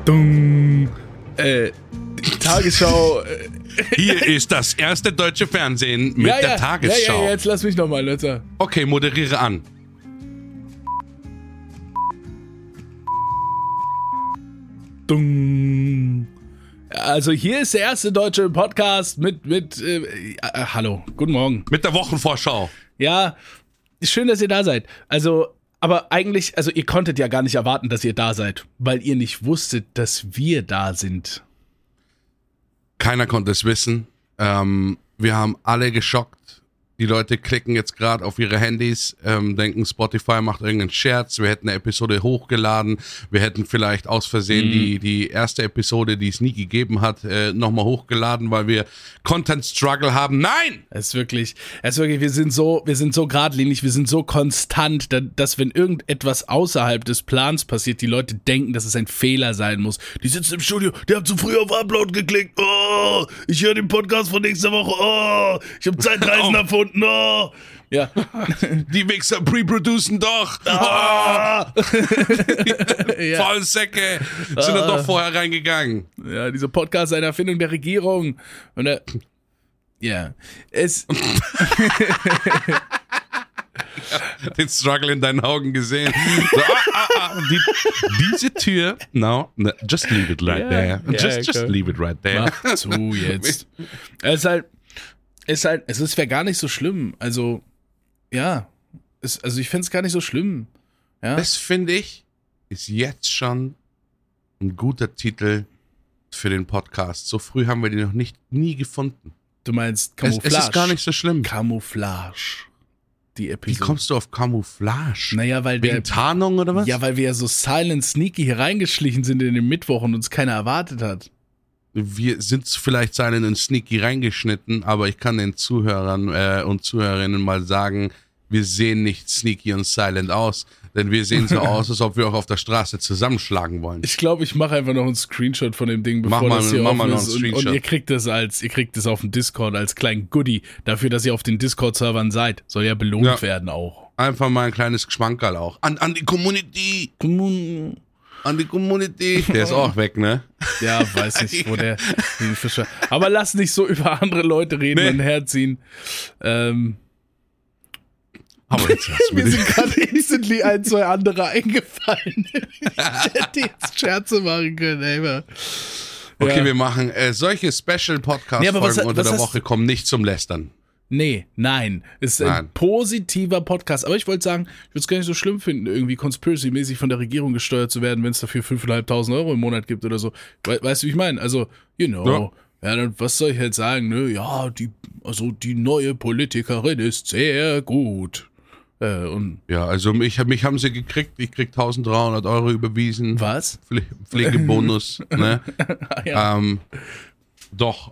Dung. Tagesschau. Hier ist das erste deutsche Fernsehen mit der Tagesschau. Ja, jetzt lass mich nochmal, Leute. Okay, moderiere an. Dung. Also hier ist der erste deutsche Podcast mit hallo, guten Morgen. Mit der Wochenvorschau. Ja, schön, dass ihr da seid. Also, aber eigentlich, also ihr konntet ja gar nicht erwarten, dass ihr da seid, weil ihr nicht wusstet, dass wir da sind. Keiner konnte es wissen. Wir haben alle geschockt. Die Leute klicken jetzt gerade auf ihre Handys, denken, Spotify macht irgendeinen Scherz. Wir hätten eine Episode hochgeladen. Wir hätten vielleicht aus Versehen die erste Episode, die es nie gegeben hat, nochmal hochgeladen, weil wir Content-Struggle haben. Nein! Es ist wirklich, wir sind so geradlinig, wir sind so konstant, dass wenn irgendetwas außerhalb des Plans passiert, die Leute denken, dass es ein Fehler sein muss. Die sitzen im Studio, die haben zu früh auf Upload geklickt. Oh, ich höre den Podcast von nächster Woche. Oh, ich habe Zeitreisen erfunden. No. Ja. Die Wichser pre-producen doch. Ah. Ja. Vollsäcke sind doch vorher reingegangen. Ja, dieser Podcast ist eine Erfindung der Regierung. Und ja, es... Den Struggle in deinen Augen gesehen. So, diese Tür, no, just leave it right there. Just leave it right there. Mach zu jetzt. Es wäre gar nicht so schlimm. Also, ja. Ich fände es gar nicht so schlimm. Ja? Das finde ich, ist jetzt schon ein guter Titel für den Podcast. So früh haben wir den noch nie gefunden. Du meinst Camouflage? Es ist gar nicht so schlimm. Camouflage. Die Episode. Wie kommst du auf Camouflage? Naja, weil wegen Tarnung oder was? Ja, weil wir ja so silent sneaky hier reingeschlichen sind in den Mittwoch und uns keiner erwartet hat. Wir sind vielleicht silent und sneaky reingeschnitten, aber ich kann den Zuhörern und Zuhörerinnen mal sagen, wir sehen nicht sneaky und silent aus, denn wir sehen so aus, als ob wir auch auf der Straße zusammenschlagen wollen. Ich glaube, ich mache einfach noch einen Screenshot von dem Ding, bevor das hier offen ist. Und ihr kriegt das auf dem Discord als kleinen Goodie dafür, dass ihr auf den Discord-Servern seid. Soll ja belohnt werden auch. Einfach mal ein kleines Geschmankerl auch. An die Community. An die Community. Der ist auch weg, ne? Ja, weiß nicht, wo der Fischer. Aber lass nicht so über andere Leute reden und herziehen. Aber jetzt mir sind gerade instantly ein, zwei andere eingefallen. Ich hätte jetzt Scherze machen können, ey. Okay, wir machen solche Special-Podcast-Folgen unter der Woche kommen nicht zum Lästern. Nein. Es ist ein positiver Podcast. Aber ich wollte sagen, ich würde es gar nicht so schlimm finden, irgendwie conspiracy-mäßig von der Regierung gesteuert zu werden, wenn es dafür 5.500 Euro im Monat gibt oder so. Weißt du, wie ich meine? Also, Ja, dann, was soll ich jetzt sagen? Ne? Ja, die neue Politikerin ist sehr gut. Ja, also mich haben sie gekriegt. Ich krieg 1.300 Euro überwiesen. Was? Pflegebonus. Ne? Ja. Doch,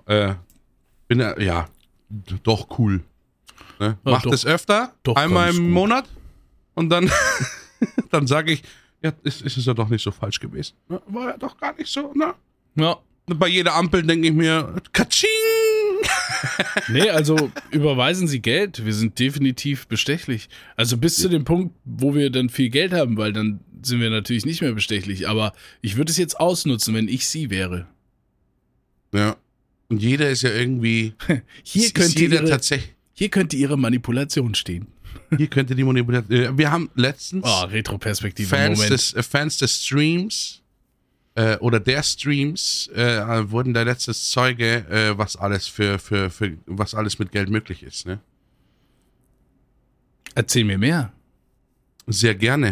doch cool. Ne? Ja, Macht es öfter, einmal im Monat und dann sage ich, ja, ist es ja doch nicht so falsch gewesen. Ne? War ja doch gar nicht so, ne? Ja. Bei jeder Ampel denke ich mir, Katsching! Nee, also überweisen Sie Geld. Wir sind definitiv bestechlich. Also bis zu dem Punkt, wo wir dann viel Geld haben, weil dann sind wir natürlich nicht mehr bestechlich. Aber ich würde es jetzt ausnutzen, wenn ich Sie wäre. Ja. Und jeder ist ja irgendwie... Hier könnte Ihre Manipulation stehen. Hier könnte die Manipulation... Wir haben letztens... Retroperspektive, Fans des Streams... oder der Streams wurden da letztes Zeuge, was alles was alles mit Geld möglich ist, ne? Erzähl mir mehr. Sehr gerne.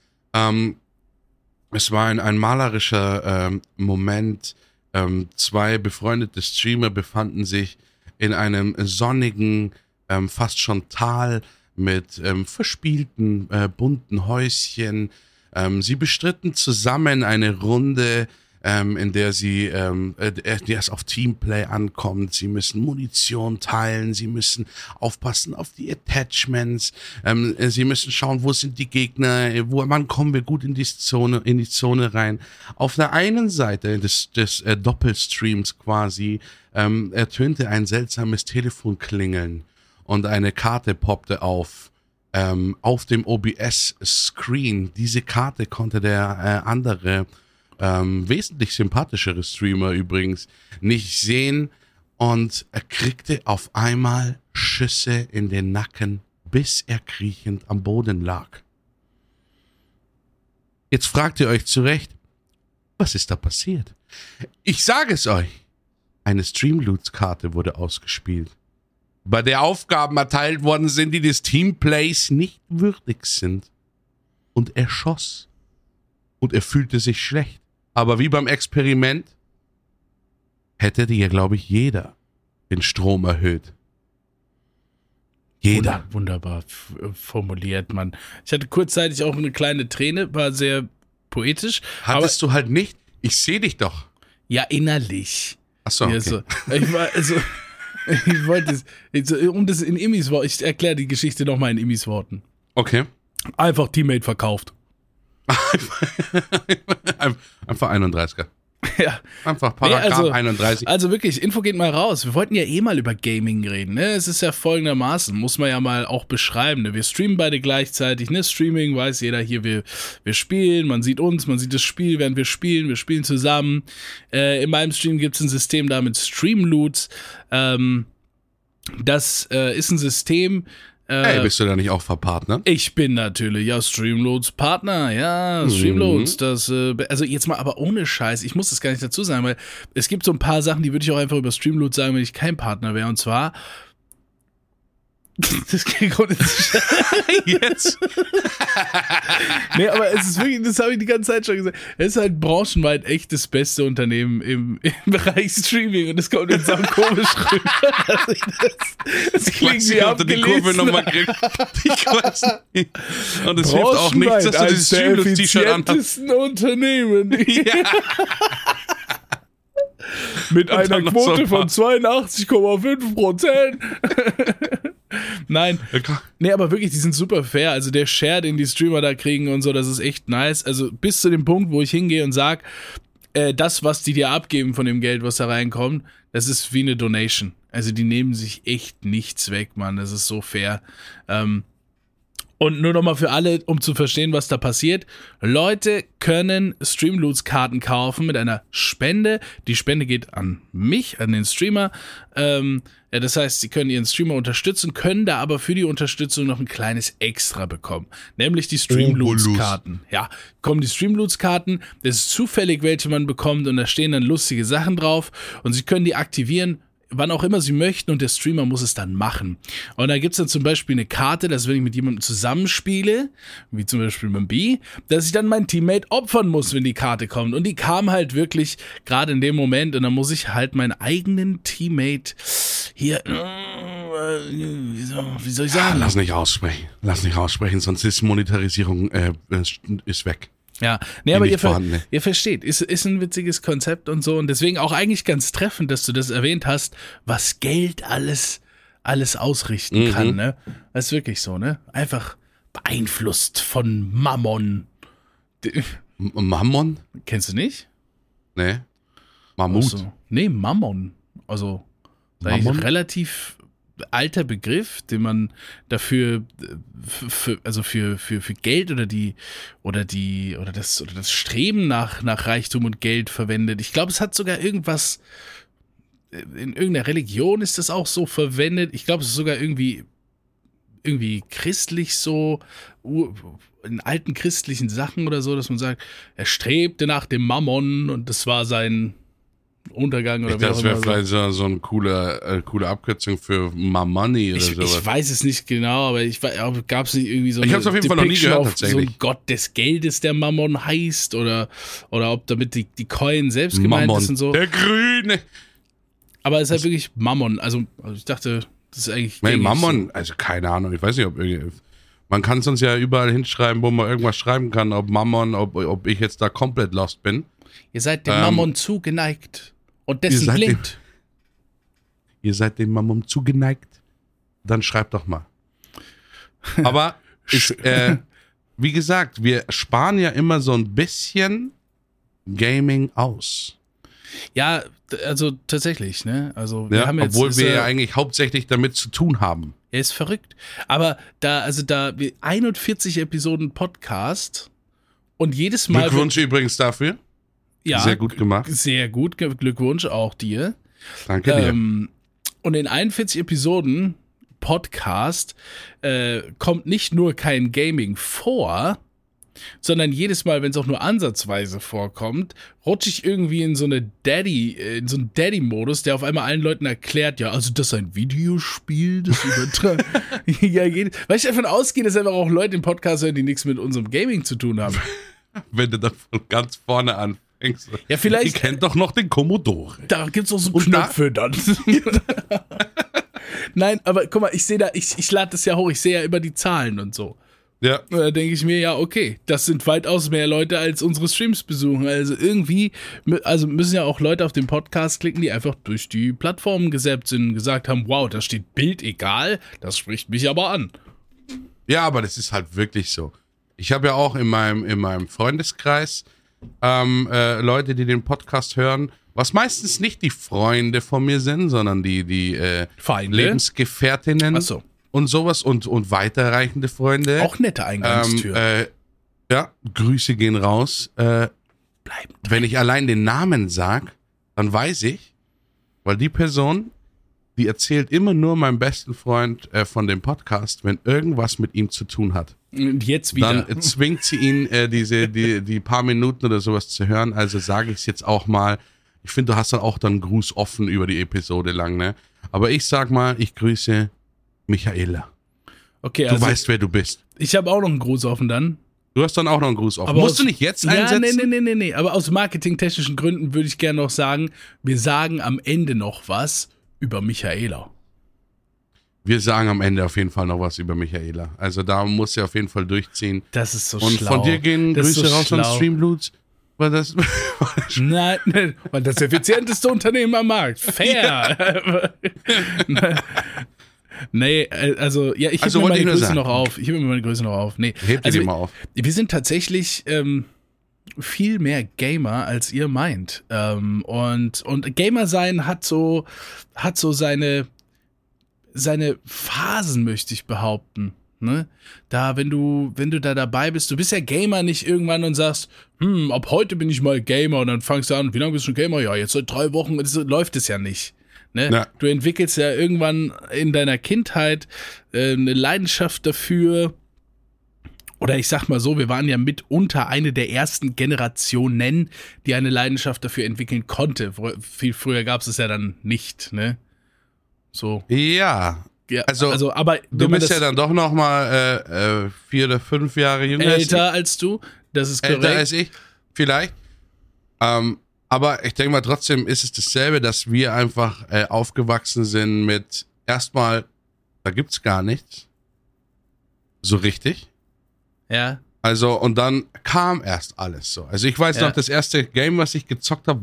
Es war ein malerischer Moment. Zwei befreundete Streamer befanden sich in einem sonnigen, fast schon Tal mit verspielten, bunten Häuschen. Sie bestritten zusammen eine Runde, in der es auf Teamplay ankommt. Sie müssen Munition teilen, sie müssen aufpassen auf die Attachments, sie müssen schauen, wo sind die Gegner, wann kommen wir gut in die Zone rein. Auf der einen Seite des Doppelstreams quasi ertönte ein seltsames Telefonklingeln und eine Karte poppte auf dem OBS-Screen. Diese Karte konnte der andere wesentlich sympathischere Streamer übrigens nicht sehen und er kriegte auf einmal Schüsse in den Nacken, bis er kriechend am Boden lag. Jetzt fragt ihr euch zu Recht, was ist da passiert? Ich sage es euch. Eine Streamloots-Karte wurde ausgespielt, bei der Aufgaben erteilt worden sind, die des Teamplays nicht würdig sind. Und er schoss. Und er fühlte sich schlecht. Aber wie beim Experiment hätte dir, glaube ich, jeder den Strom erhöht. Jeder. Wunderbar formuliert, Mann. Ich hatte kurzzeitig auch eine kleine Träne, war sehr poetisch. Hattest du halt nicht? Ich sehe dich doch. Ja, innerlich. Achso, okay. Also, ich wollte es, um das in Immis Worten, ich erkläre die Geschichte nochmal in Immis Worten. Okay. Einfach Teammate verkauft. Einfach 31er. Ja. Einfach Paragraph 31. Also wirklich, Info geht mal raus. Wir wollten ja mal über Gaming reden. Ne? Es ist ja folgendermaßen, muss man ja mal auch beschreiben. Ne? Wir streamen beide gleichzeitig. Ne? Streaming weiß jeder hier, wir spielen, man sieht uns, man sieht das Spiel, während wir spielen zusammen. In meinem Stream gibt es ein System da mit Streamloots. Das ist ein System. Hey, bist du da nicht auch verpartnert? Ich bin natürlich, ja, Streamloots Partner, ja, Streamloots, das, also jetzt mal, aber ohne Scheiß, ich muss das gar nicht dazu sagen, weil es gibt so ein paar Sachen, die würde ich auch einfach über Streamloots sagen, wenn ich kein Partner wäre, und zwar, das geht gerade jetzt. Nee, aber es ist wirklich, das habe ich die ganze Zeit schon gesagt, es ist halt branchenweit echt das beste Unternehmen im Bereich Streaming und das kommt jetzt auch komisch rüber. Das klingt wie ob du die Kurve nochmal kriegst. Ich weiß nicht. Und es hilft auch nichts, dass du dieses Streamloots-T-Shirt anhast. Unternehmen. Ja. Mit einer Quote von 82,5%. Nein, nee, aber wirklich, die sind super fair. Also der Share, den die Streamer da kriegen und so, das ist echt nice. Also bis zu dem Punkt, wo ich hingehe und sage, das, was die dir abgeben von dem Geld, was da reinkommt, das ist wie eine Donation. Also die nehmen sich echt nichts weg, Mann. Das ist so fair. Und nur nochmal für alle, um zu verstehen, was da passiert. Leute können Streamloots-Karten kaufen mit einer Spende. Die Spende geht an mich, an den Streamer. Das heißt, sie können ihren Streamer unterstützen, können da aber für die Unterstützung noch ein kleines Extra bekommen. Nämlich die Streamloots-Karten. Ja, kommen die Streamloots-Karten. Das ist zufällig, welche man bekommt und da stehen dann lustige Sachen drauf. Und sie können die aktivieren, wann auch immer sie möchten und der Streamer muss es dann machen. Und da gibt's dann zum Beispiel eine Karte, dass wenn ich mit jemandem zusammenspiele, wie zum Beispiel mit B, dass ich dann meinen Teammate opfern muss, wenn die Karte kommt. Und die kam halt wirklich gerade in dem Moment und dann muss ich halt meinen eigenen Teammate hier, wie soll ich sagen? Lass nicht aussprechen, sonst ist Monetarisierung ist weg. Ja, nee, aber ihr versteht, ist ein witziges Konzept und so und deswegen auch eigentlich ganz treffend, dass du das erwähnt hast, was Geld alles ausrichten kann, ne? Das ist wirklich so, ne? Einfach beeinflusst von Mammon. Mammon? Kennst du nicht? Nee. Mammut? Also, nee, Mammon. Also, das ist ein relativ alter Begriff, den man dafür für Geld oder das Streben nach Reichtum und Geld verwendet. Ich glaube, es hat sogar irgendwas in irgendeiner Religion ist das auch so verwendet. Ich glaube, es ist sogar irgendwie christlich so, in alten christlichen Sachen oder so, dass man sagt, er strebte nach dem Mammon und das war sein Untergang oder wie auch immer. Das wäre vielleicht so eine coole Abkürzung für Money oder sowas. Ich weiß es nicht genau, aber gab es nicht irgendwie so eine Ich habe es auf jeden Fall noch nie gehört, tatsächlich. So ein Gott des Geldes, der Mammon heißt oder ob damit die Coin selbst gemeint Mammon, ist und so. Der Grüne. Aber es ist halt wirklich Mammon. Also ich dachte, das ist eigentlich Mammon, so. also keine Ahnung, ich weiß nicht, man kann es uns ja überall hinschreiben, wo man irgendwas schreiben kann, ob Mammon, ob ich jetzt da komplett lost bin. Ihr seid dem Mammon zugeneigt und dessen blinkt. Ihr seid dem Mammon zugeneigt? Dann schreibt doch mal. Aber wie gesagt, wir sparen ja immer so ein bisschen Gaming aus. Ja, also tatsächlich, ne? Also wir haben jetzt, obwohl wir ja eigentlich hauptsächlich damit zu tun haben. Er ist verrückt. Aber da 41 Episoden Podcast und jedes Mal. Glückwunsch übrigens dafür. Ja, sehr gut gemacht. Sehr gut, Glückwunsch auch dir. Danke dir. Und in 41 Episoden Podcast kommt nicht nur kein Gaming vor, sondern jedes Mal, wenn es auch nur ansatzweise vorkommt, rutsche ich irgendwie in so einen Daddy-Modus, der auf einmal allen Leuten erklärt, ja, also das ist ein Videospiel, das übertragen. Ja, weil ich davon ausgehe, dass einfach auch Leute im Podcast hören, die nichts mit unserem Gaming zu tun haben. Wenn du dann von ganz vorne anfängst. Ja, vielleicht. Ich kennt doch noch den Commodore. Da gibt's auch so Knöpfe dann. Nein, aber guck mal, ich lade das ja hoch, ich sehe ja immer die Zahlen und so. Ja. Und da denke ich mir, ja, okay, das sind weitaus mehr Leute, als unsere Streams besuchen. Also irgendwie, müssen ja auch Leute auf den Podcast klicken, die einfach durch die Plattformen gesäppt sind und gesagt haben, wow, da steht Bild egal, das spricht mich aber an. Ja, aber das ist halt wirklich so. Ich habe ja auch in meinem Freundeskreis Leute, die den Podcast hören, was meistens nicht die Freunde von mir sind, sondern die Feinde? Lebensgefährtinnen. Ach so. Und sowas und weiterreichende Freunde. Auch nette Eingangstür. Ja, Grüße gehen raus. Wenn ich allein den Namen sag, dann weiß ich, weil die Person, die erzählt immer nur meinem besten Freund von dem Podcast, wenn irgendwas mit ihm zu tun hat. Und jetzt wieder. Dann zwingt sie ihn, die paar Minuten oder sowas zu hören. Also sage ich es jetzt auch mal. Ich finde, du hast dann auch dann Gruß offen über die Episode lang, ne? Aber ich sag mal, ich grüße Michaela. Okay, du weißt, wer du bist. Ich habe auch noch einen Gruß offen dann. Du hast dann auch noch einen Gruß offen. Aber musst du nicht jetzt einsetzen? Ja, nee. Aber aus marketingtechnischen Gründen würde ich gerne noch sagen, wir sagen am Ende noch was über Michaela. Wir sagen am Ende auf jeden Fall noch was über Michaela. Also da muss sie auf jeden Fall durchziehen. Das ist so und schlau. Und von dir gehen Grüße raus an Streambloots. Weil das Nein, weil das effizienteste Unternehmen am Markt. Fair. Nee, also, ja, ich hebe mir meine Größe noch auf. Nee. Hebt die mal auf. Wir sind tatsächlich viel mehr Gamer, als ihr meint. Und Gamer sein hat so seine Phasen, möchte ich behaupten. Ne? Da, wenn du da dabei bist, du bist ja Gamer nicht irgendwann und sagst, ab heute bin ich mal Gamer und dann fangst du an, wie lange bist du schon Gamer? Ja, jetzt seit 3 Wochen, so läuft es ja nicht. Ne? Ja. Du entwickelst ja irgendwann in deiner Kindheit eine Leidenschaft dafür. Oder ich sag mal so, wir waren ja mitunter eine der ersten Generationen, die eine Leidenschaft dafür entwickeln konnte. Viel früher gab es es ja dann nicht, ne? So. Ja. Also aber du bist ja dann doch noch mal 4 oder 5 Jahre jünger. Älter als du, das ist korrekt. Älter als ich, vielleicht. Aber ich denke mal, trotzdem ist es dasselbe, dass wir einfach aufgewachsen sind mit erstmal, da gibt's gar nichts. So richtig. Ja. Also, und dann kam erst alles so. Also ich weiß noch, das erste Game, was ich gezockt habe,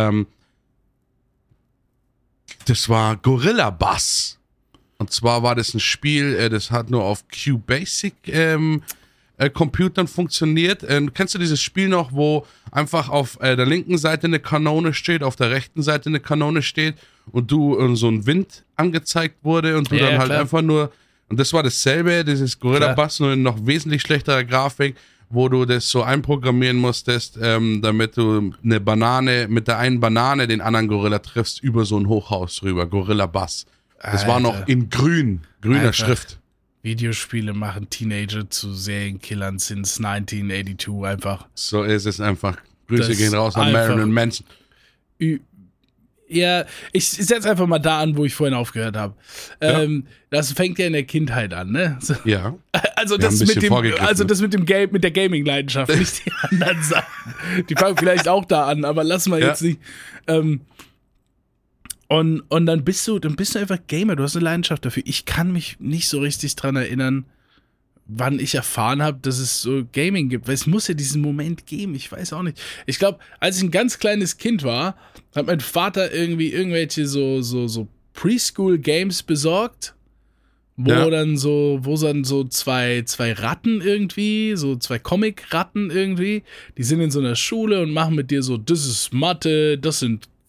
das war Gorilla Bass. Und zwar war das ein Spiel, das hat nur auf QBasic Computern funktioniert. Kennst du dieses Spiel noch, wo einfach auf der linken Seite eine Kanone steht, auf der rechten Seite eine Kanone steht und du so ein Wind angezeigt wurde und du dann halt einfach nur, und das war dasselbe, dieses Gorilla Bass, nur in noch wesentlich schlechterer Grafik, wo du das so einprogrammieren musstest, damit du eine Banane, mit der einen Banane den anderen Gorilla triffst, über so ein Hochhaus rüber, Gorilla Bass. Das war noch in grüner Schrift. Videospiele machen Teenager zu Serienkillern since 1982 einfach. So ist es einfach. Grüße gehen raus an Marilyn Manson. Ja, ich setze einfach mal da an, wo ich vorhin aufgehört habe. Das fängt ja in der Kindheit an, ne? So. Ja. Also das mit dem Game, mit der Gaming-Leidenschaft, nicht die anderen Sachen. Die fangen vielleicht auch da an, aber lass mal jetzt nicht. Und dann bist du einfach Gamer, du hast eine Leidenschaft dafür. Ich kann mich nicht so richtig dran erinnern, wann ich erfahren habe, dass es so Gaming gibt, weil es muss ja diesen Moment geben, ich weiß auch nicht. Ich glaube, als ich ein ganz kleines Kind war, hat mein Vater irgendwie irgendwelche so Preschool-Games besorgt, wo dann so zwei Ratten irgendwie, so 2 Comic-Ratten irgendwie, die sind in so einer Schule und machen mit dir so, das ist Mathe, das sind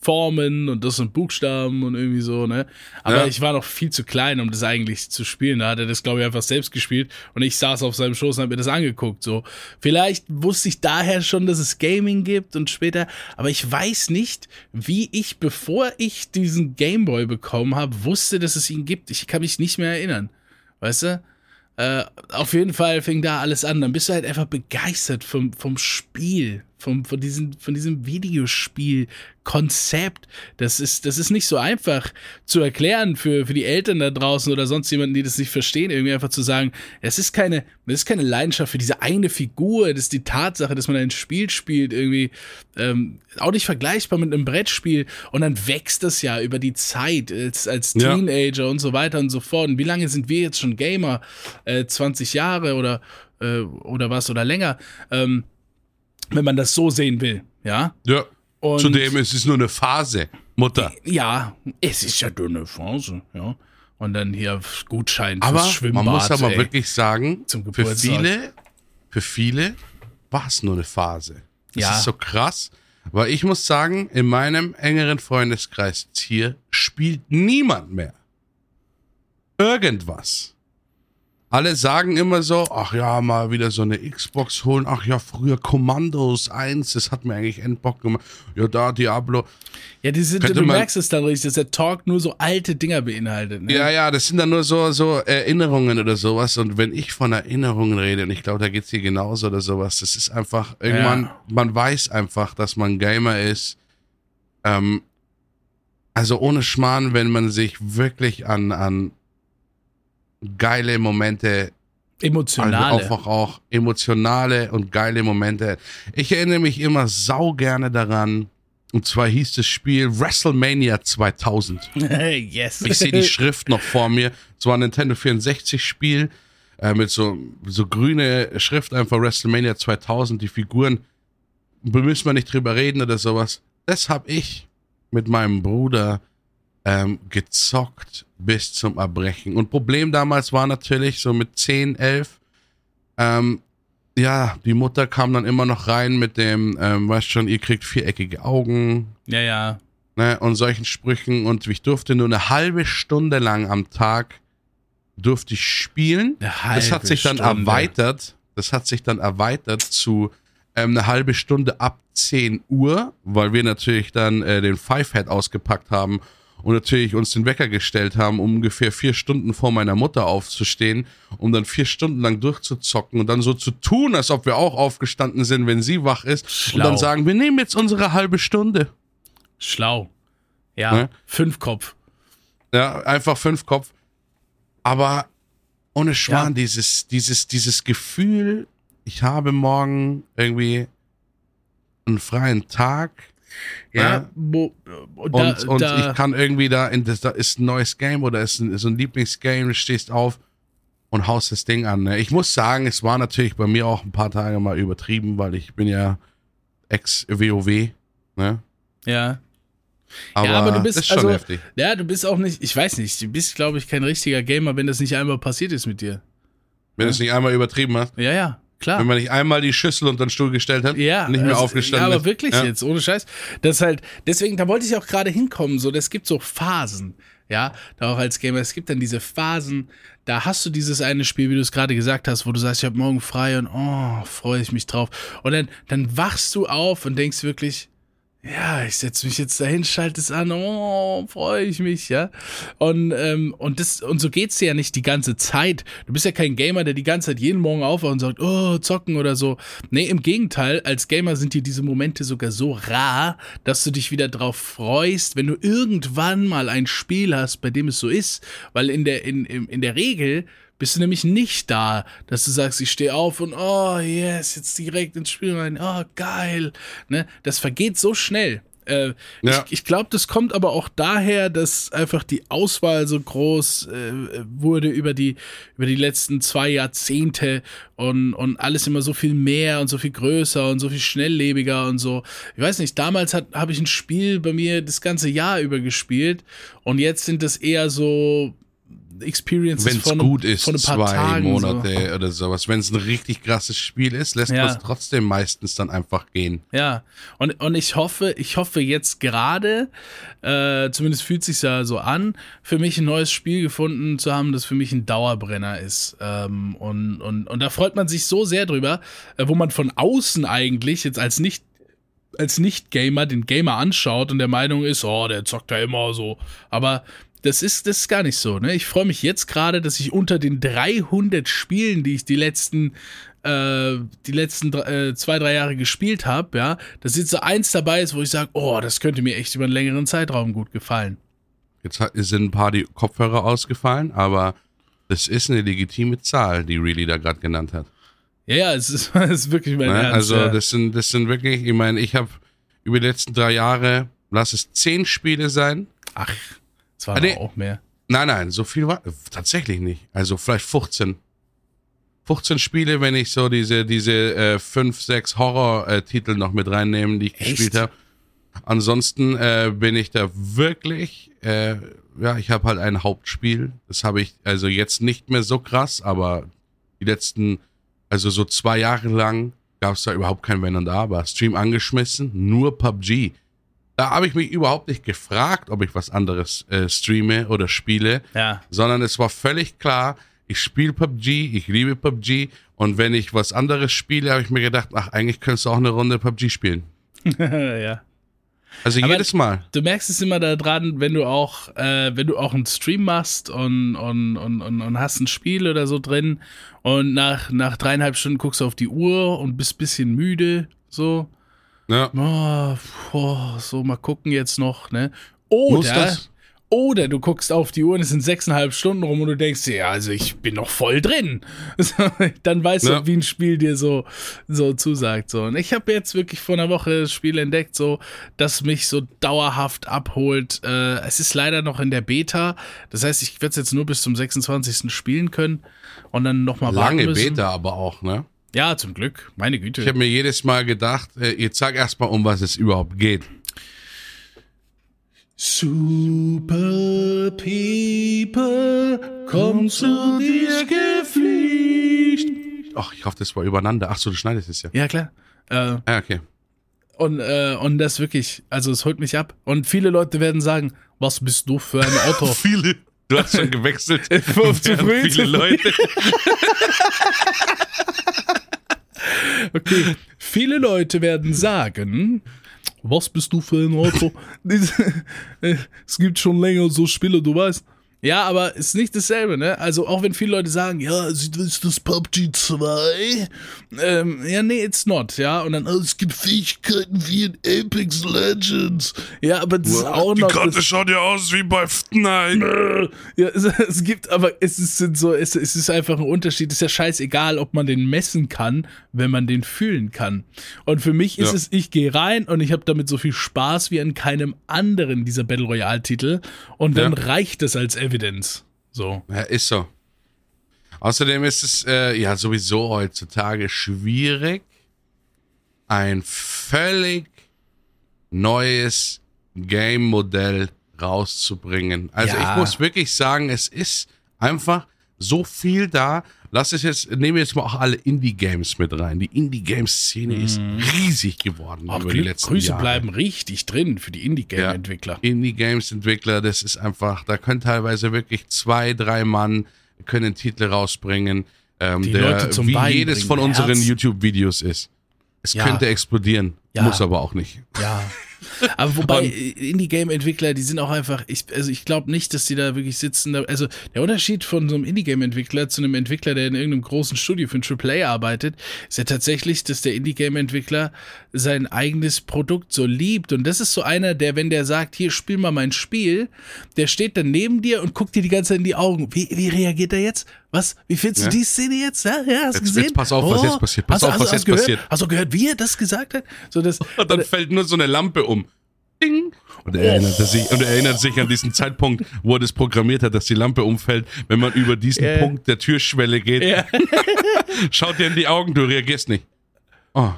Formen und das sind Buchstaben und irgendwie so, ne? Aber ich war noch viel zu klein, um das eigentlich zu spielen. Da hat er das, glaube ich, einfach selbst gespielt und ich saß auf seinem Schoß und habe mir das angeguckt, so. Vielleicht wusste ich daher schon, dass es Gaming gibt und später, aber ich weiß nicht, wie ich, bevor ich diesen Gameboy bekommen habe, wusste, dass es ihn gibt. Ich kann mich nicht mehr erinnern. Weißt du? Auf jeden Fall fing da alles an. Dann bist du halt einfach begeistert vom Spiel, von diesem Videospiel-Konzept. Das ist nicht so einfach zu erklären für die Eltern da draußen oder sonst jemanden, die das nicht verstehen, irgendwie einfach zu sagen, das ist keine Leidenschaft für diese eine Figur, das ist die Tatsache, dass man ein Spiel spielt, irgendwie auch nicht vergleichbar mit einem Brettspiel und dann wächst das ja über die Zeit als Teenager und so weiter und so fort. Und wie lange sind wir jetzt schon Gamer? 20 Jahre oder was oder länger, wenn man das so sehen will, ja? Ja, und zudem ist es nur eine Phase, Mutter. Ja, es ist ja nur eine Phase, ja. Und dann hier Gutschein fürs Schwimmbad. Aber man muss aber wirklich sagen, zum für viele war es nur eine Phase. Das ist so krass, weil ich muss sagen, in meinem engeren Freundeskreis hier spielt niemand mehr irgendwas. Alle sagen immer so, ach ja, mal wieder so eine Xbox holen. Ach ja, früher Commandos 1, das hat mir eigentlich Endbock gemacht. Ja, da Diablo. Ja, du merkst es dann richtig, dass der Talk nur so alte Dinger beinhaltet. Ne? Ja, das sind dann nur so Erinnerungen oder sowas. Und wenn ich von Erinnerungen rede, und ich glaube, da geht's dir genauso oder sowas, das ist einfach, irgendwann, man weiß einfach, dass man Gamer ist. Also ohne Schmarrn, wenn man sich wirklich an geile Momente, emotionale, also einfach auch emotionale und geile Momente. Ich erinnere mich immer saugerne daran, und zwar hieß das Spiel WrestleMania 2000. Yes. Ich sehe die Schrift noch vor mir. Es war ein Nintendo 64 Spiel mit so grüne Schrift, einfach WrestleMania 2000. Die Figuren, müssen wir nicht drüber reden oder sowas. Das habe ich mit meinem Bruder gezockt bis zum Erbrechen. Und Problem damals war natürlich so mit 10, 11, die Mutter kam dann immer noch rein mit dem, weißt schon, ihr kriegt viereckige Augen. Ja. Ne, und solchen Sprüchen. Und ich durfte nur eine halbe Stunde lang am Tag durfte ich spielen. Das hat sich dann erweitert. Das hat sich dann erweitert zu eine halbe Stunde ab 10 Uhr, weil wir natürlich dann den Five-Head ausgepackt haben und natürlich uns den Wecker gestellt haben, um ungefähr 4 Stunden vor meiner Mutter aufzustehen, um dann 4 Stunden lang durchzuzocken und dann so zu tun, als ob wir auch aufgestanden sind, wenn sie wach ist. Schlau. Und dann sagen, wir nehmen jetzt unsere halbe Stunde. Schlau. Ja, ne? 5 Kopf. Ja, einfach 5 Kopf. Aber ohne Schwan, dieses Gefühl, ich habe morgen irgendwie einen freien Tag. Ja, und ich kann irgendwie da ist ein neues Game oder ist so ein Lieblingsgame, du stehst auf und haust das Ding an. Ne? Ich muss sagen, es war natürlich bei mir auch ein paar Tage mal übertrieben, weil ich bin ja Ex-WoW, ne? Ja. Aber du bist, das ist schon heftig. Ja, du bist auch nicht, ich weiß nicht, du bist, glaube ich, kein richtiger Gamer, wenn das nicht einmal passiert ist mit dir. Wenn du es nicht einmal übertrieben hast? Ja. Klar. Wenn man nicht einmal die Schüssel unter den Stuhl gestellt hat, nicht mehr aufgestanden ist. Ja, aber wirklich jetzt, ohne Scheiß. Das halt, deswegen, da wollte ich auch gerade hinkommen, so, das gibt so Phasen, ja, da auch als Gamer, es gibt dann diese Phasen, da hast du dieses eine Spiel, wie du es gerade gesagt hast, wo du sagst, ich habe morgen frei und freue ich mich drauf. Und dann wachst du auf und denkst wirklich, ja, ich setze mich jetzt dahin, schalte es an, freue ich mich, ja. Und so geht's dir ja nicht die ganze Zeit. Du bist ja kein Gamer, der die ganze Zeit jeden Morgen aufwacht und sagt, zocken oder so. Nee, im Gegenteil, als Gamer sind dir diese Momente sogar so rar, dass du dich wieder drauf freust, wenn du irgendwann mal ein Spiel hast, bei dem es so ist. Weil in der Regel bist du nämlich nicht da, dass du sagst, ich stehe auf und yes, jetzt direkt ins Spiel rein, geil, ne? Das vergeht so schnell. Ich glaube, das kommt aber auch daher, dass einfach die Auswahl so groß wurde über die letzten 2 Jahrzehnte und alles immer so viel mehr und so viel größer und so viel schnelllebiger und so. Ich weiß nicht, damals habe ich ein Spiel bei mir das ganze Jahr über gespielt und jetzt sind das eher so Experiences wenn es gut ist, von ein paar 2 Tagen Monate oder sowas. Wenn es ein richtig krasses Spiel ist, lässt man es trotzdem meistens dann einfach gehen. Ja, und ich hoffe jetzt gerade, zumindest fühlt es sich ja so an, für mich ein neues Spiel gefunden zu haben, das für mich ein Dauerbrenner ist. Und da freut man sich so sehr drüber, wo man von außen eigentlich jetzt als Nicht-Gamer den Gamer anschaut und der Meinung ist, oh, der zockt ja immer so. Aber das ist gar nicht so, ne? Ich freue mich jetzt gerade, dass ich unter den 300 Spielen, die ich die letzten 2-3 Jahre gespielt habe, ja, dass jetzt so eins dabei ist, wo ich sage, oh, das könnte mir echt über einen längeren Zeitraum gut gefallen. Jetzt sind ein paar die Kopfhörer ausgefallen, aber das ist eine legitime Zahl, die Reilly da gerade genannt hat. Ja, es ist wirklich mein Ernst. Also ja. das sind wirklich, ich meine, ich habe über die letzten 3 Jahre, lass es 10 Spiele sein. Ach, es waren auch mehr. Nein, so viel war tatsächlich nicht. Also vielleicht 15 Spiele, wenn ich so diese 5, 6 Horror-Titel noch mit reinnehmen, die ich gespielt habe. Ansonsten bin ich da wirklich, ich habe halt ein Hauptspiel. Das habe ich also jetzt nicht mehr so krass, aber die letzten, also so 2 Jahre lang gab es da überhaupt kein Wenn und Aber. Stream angeschmissen, nur PUBG. Da habe ich mich überhaupt nicht gefragt, ob ich was anderes streame oder spiele, sondern es war völlig klar, ich spiele PUBG, ich liebe PUBG und wenn ich was anderes spiele, habe ich mir gedacht, ach, eigentlich könntest du auch eine Runde PUBG spielen. Ja. Also aber jedes Mal. Du merkst es immer daran, wenn du auch einen Stream machst und hast ein Spiel oder so drin und nach 3,5 Stunden guckst du auf die Uhr und bist ein bisschen müde, so. Ja. So, mal gucken jetzt noch, ne? Oder du guckst auf die Uhr und es sind 6,5 Stunden rum und du denkst dir, ja, also ich bin noch voll drin. Dann weißt du, wie ein Spiel dir so zusagt. So. Und ich habe jetzt wirklich vor einer Woche das Spiel entdeckt, so, das mich so dauerhaft abholt. Es ist leider noch in der Beta. Das heißt, ich werde es jetzt nur bis zum 26. spielen können und dann nochmal warten müssen. Lange Beta aber auch, ne? Ja, zum Glück. Meine Güte. Ich habe mir jedes Mal gedacht, jetzt sag erstmal, um was es überhaupt geht. Super People, komm zu dir gefliegt. Ach, ich hoffe, das war übereinander. Ach so, du schneidest es ja. Ja, klar. Okay. Und das wirklich, also es holt mich ab. Und viele Leute werden sagen, was bist du für ein Auto? Viele. Du hast schon gewechselt. Viele Leute. Okay, viele Leute werden sagen, was bist du für ein Auto? Es gibt schon länger so Spiele, du weißt. Ja, aber ist nicht dasselbe, ne? Also auch wenn viele Leute sagen, ja, ist das PUBG 2? Ja, nee, it's not, ja. Und dann, es gibt Fähigkeiten wie in Apex Legends. Ja, aber das ist auch noch... Die Karte schaut ja aus wie bei Fortnite. Ja, es gibt, aber es ist einfach ein Unterschied. Es ist ja scheißegal, ob man den messen kann, wenn man den fühlen kann. Und für mich ist es, ich gehe rein und ich habe damit so viel Spaß wie an keinem anderen dieser Battle Royale Titel. Und dann reicht das als Evidenz. So. Ja, ist so. Außerdem ist es sowieso heutzutage schwierig, ein völlig neues Game-Modell rauszubringen. Also ich muss wirklich sagen, es ist einfach so viel da. Nehmen wir jetzt mal auch alle Indie-Games mit rein. Die Indie-Games-Szene ist riesig geworden über die letzten Grüße Jahre. Bleiben richtig drin für die Indie-Game-Entwickler. Ja, Indie-Games-Entwickler, das ist einfach, da können teilweise wirklich 2-3 Mann können Titel rausbringen, die Leute zum wie Weinen jedes bringen, von unseren Herz. YouTube-Videos ist. Es könnte explodieren, muss aber auch nicht. Ja. Aber wobei Indie-Game-Entwickler, die sind auch einfach, ich glaube nicht, dass die da wirklich sitzen. Also der Unterschied von so einem Indie-Game-Entwickler zu einem Entwickler, der in irgendeinem großen Studio für ein AAA arbeitet, ist ja tatsächlich, dass der Indie-Game-Entwickler sein eigenes Produkt so liebt. Und das ist so einer, der, wenn der sagt, hier, spiel mal mein Spiel, der steht dann neben dir und guckt dir die ganze Zeit in die Augen. Wie reagiert er jetzt? Was? Wie findest du die Szene jetzt? Ja, hast du gesehen? Jetzt pass auf, was jetzt passiert. Pass auf, was jetzt passiert. Hast du gehört, wie er das gesagt hat? So, und dann fällt nur so eine Lampe um. Ding. Und er erinnert sich an diesen Zeitpunkt, wo er das programmiert hat, dass die Lampe umfällt, wenn man über diesen Punkt der Türschwelle geht. Schaut dir in die Augen, du reagierst nicht. Oh.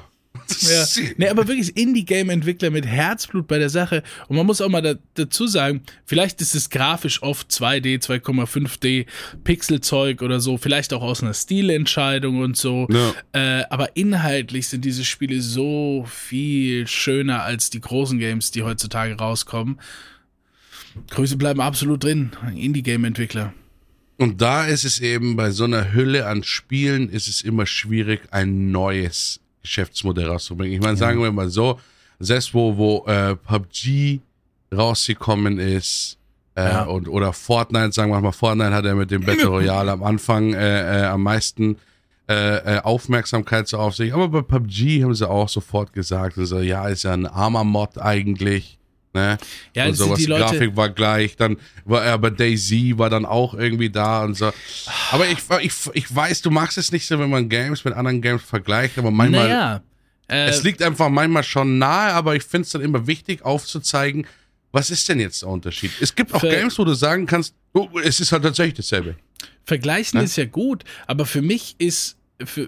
Ja. Nee, aber wirklich Indie-Game-Entwickler mit Herzblut bei der Sache. Und man muss auch mal dazu sagen, vielleicht ist es grafisch oft 2D, 2,5D, Pixelzeug oder so, vielleicht auch aus einer Stilentscheidung und so. Ja. Aber inhaltlich sind diese Spiele so viel schöner als die großen Games, die heutzutage rauskommen. Grüße bleiben absolut drin, Indie-Game-Entwickler. Und da ist es eben, bei so einer Hülle an Spielen ist es immer schwierig, ein neues Geschäftsmodell rauszubringen. Ich meine, sagen wir mal so, selbst wo PUBG rausgekommen ist oder Fortnite, sagen wir mal, Fortnite hat ja mit dem Battle Royale am Anfang am meisten Aufmerksamkeit so auf sich. Aber bei PUBG haben sie auch sofort gesagt, also, ja, ist ja ein armer Mod eigentlich. Ne? Ja, und sowas, die Grafik war gleich, dann war aber DayZ war dann auch irgendwie da und so. Aber ich weiß, du magst es nicht so, wenn man Games mit anderen Games vergleicht, aber manchmal, es liegt einfach manchmal schon nahe, aber ich finde es dann immer wichtig aufzuzeigen, was ist denn jetzt der Unterschied? Es gibt auch Games, wo du sagen kannst, es ist halt tatsächlich dasselbe. Vergleichen ist ja gut, aber für mich ist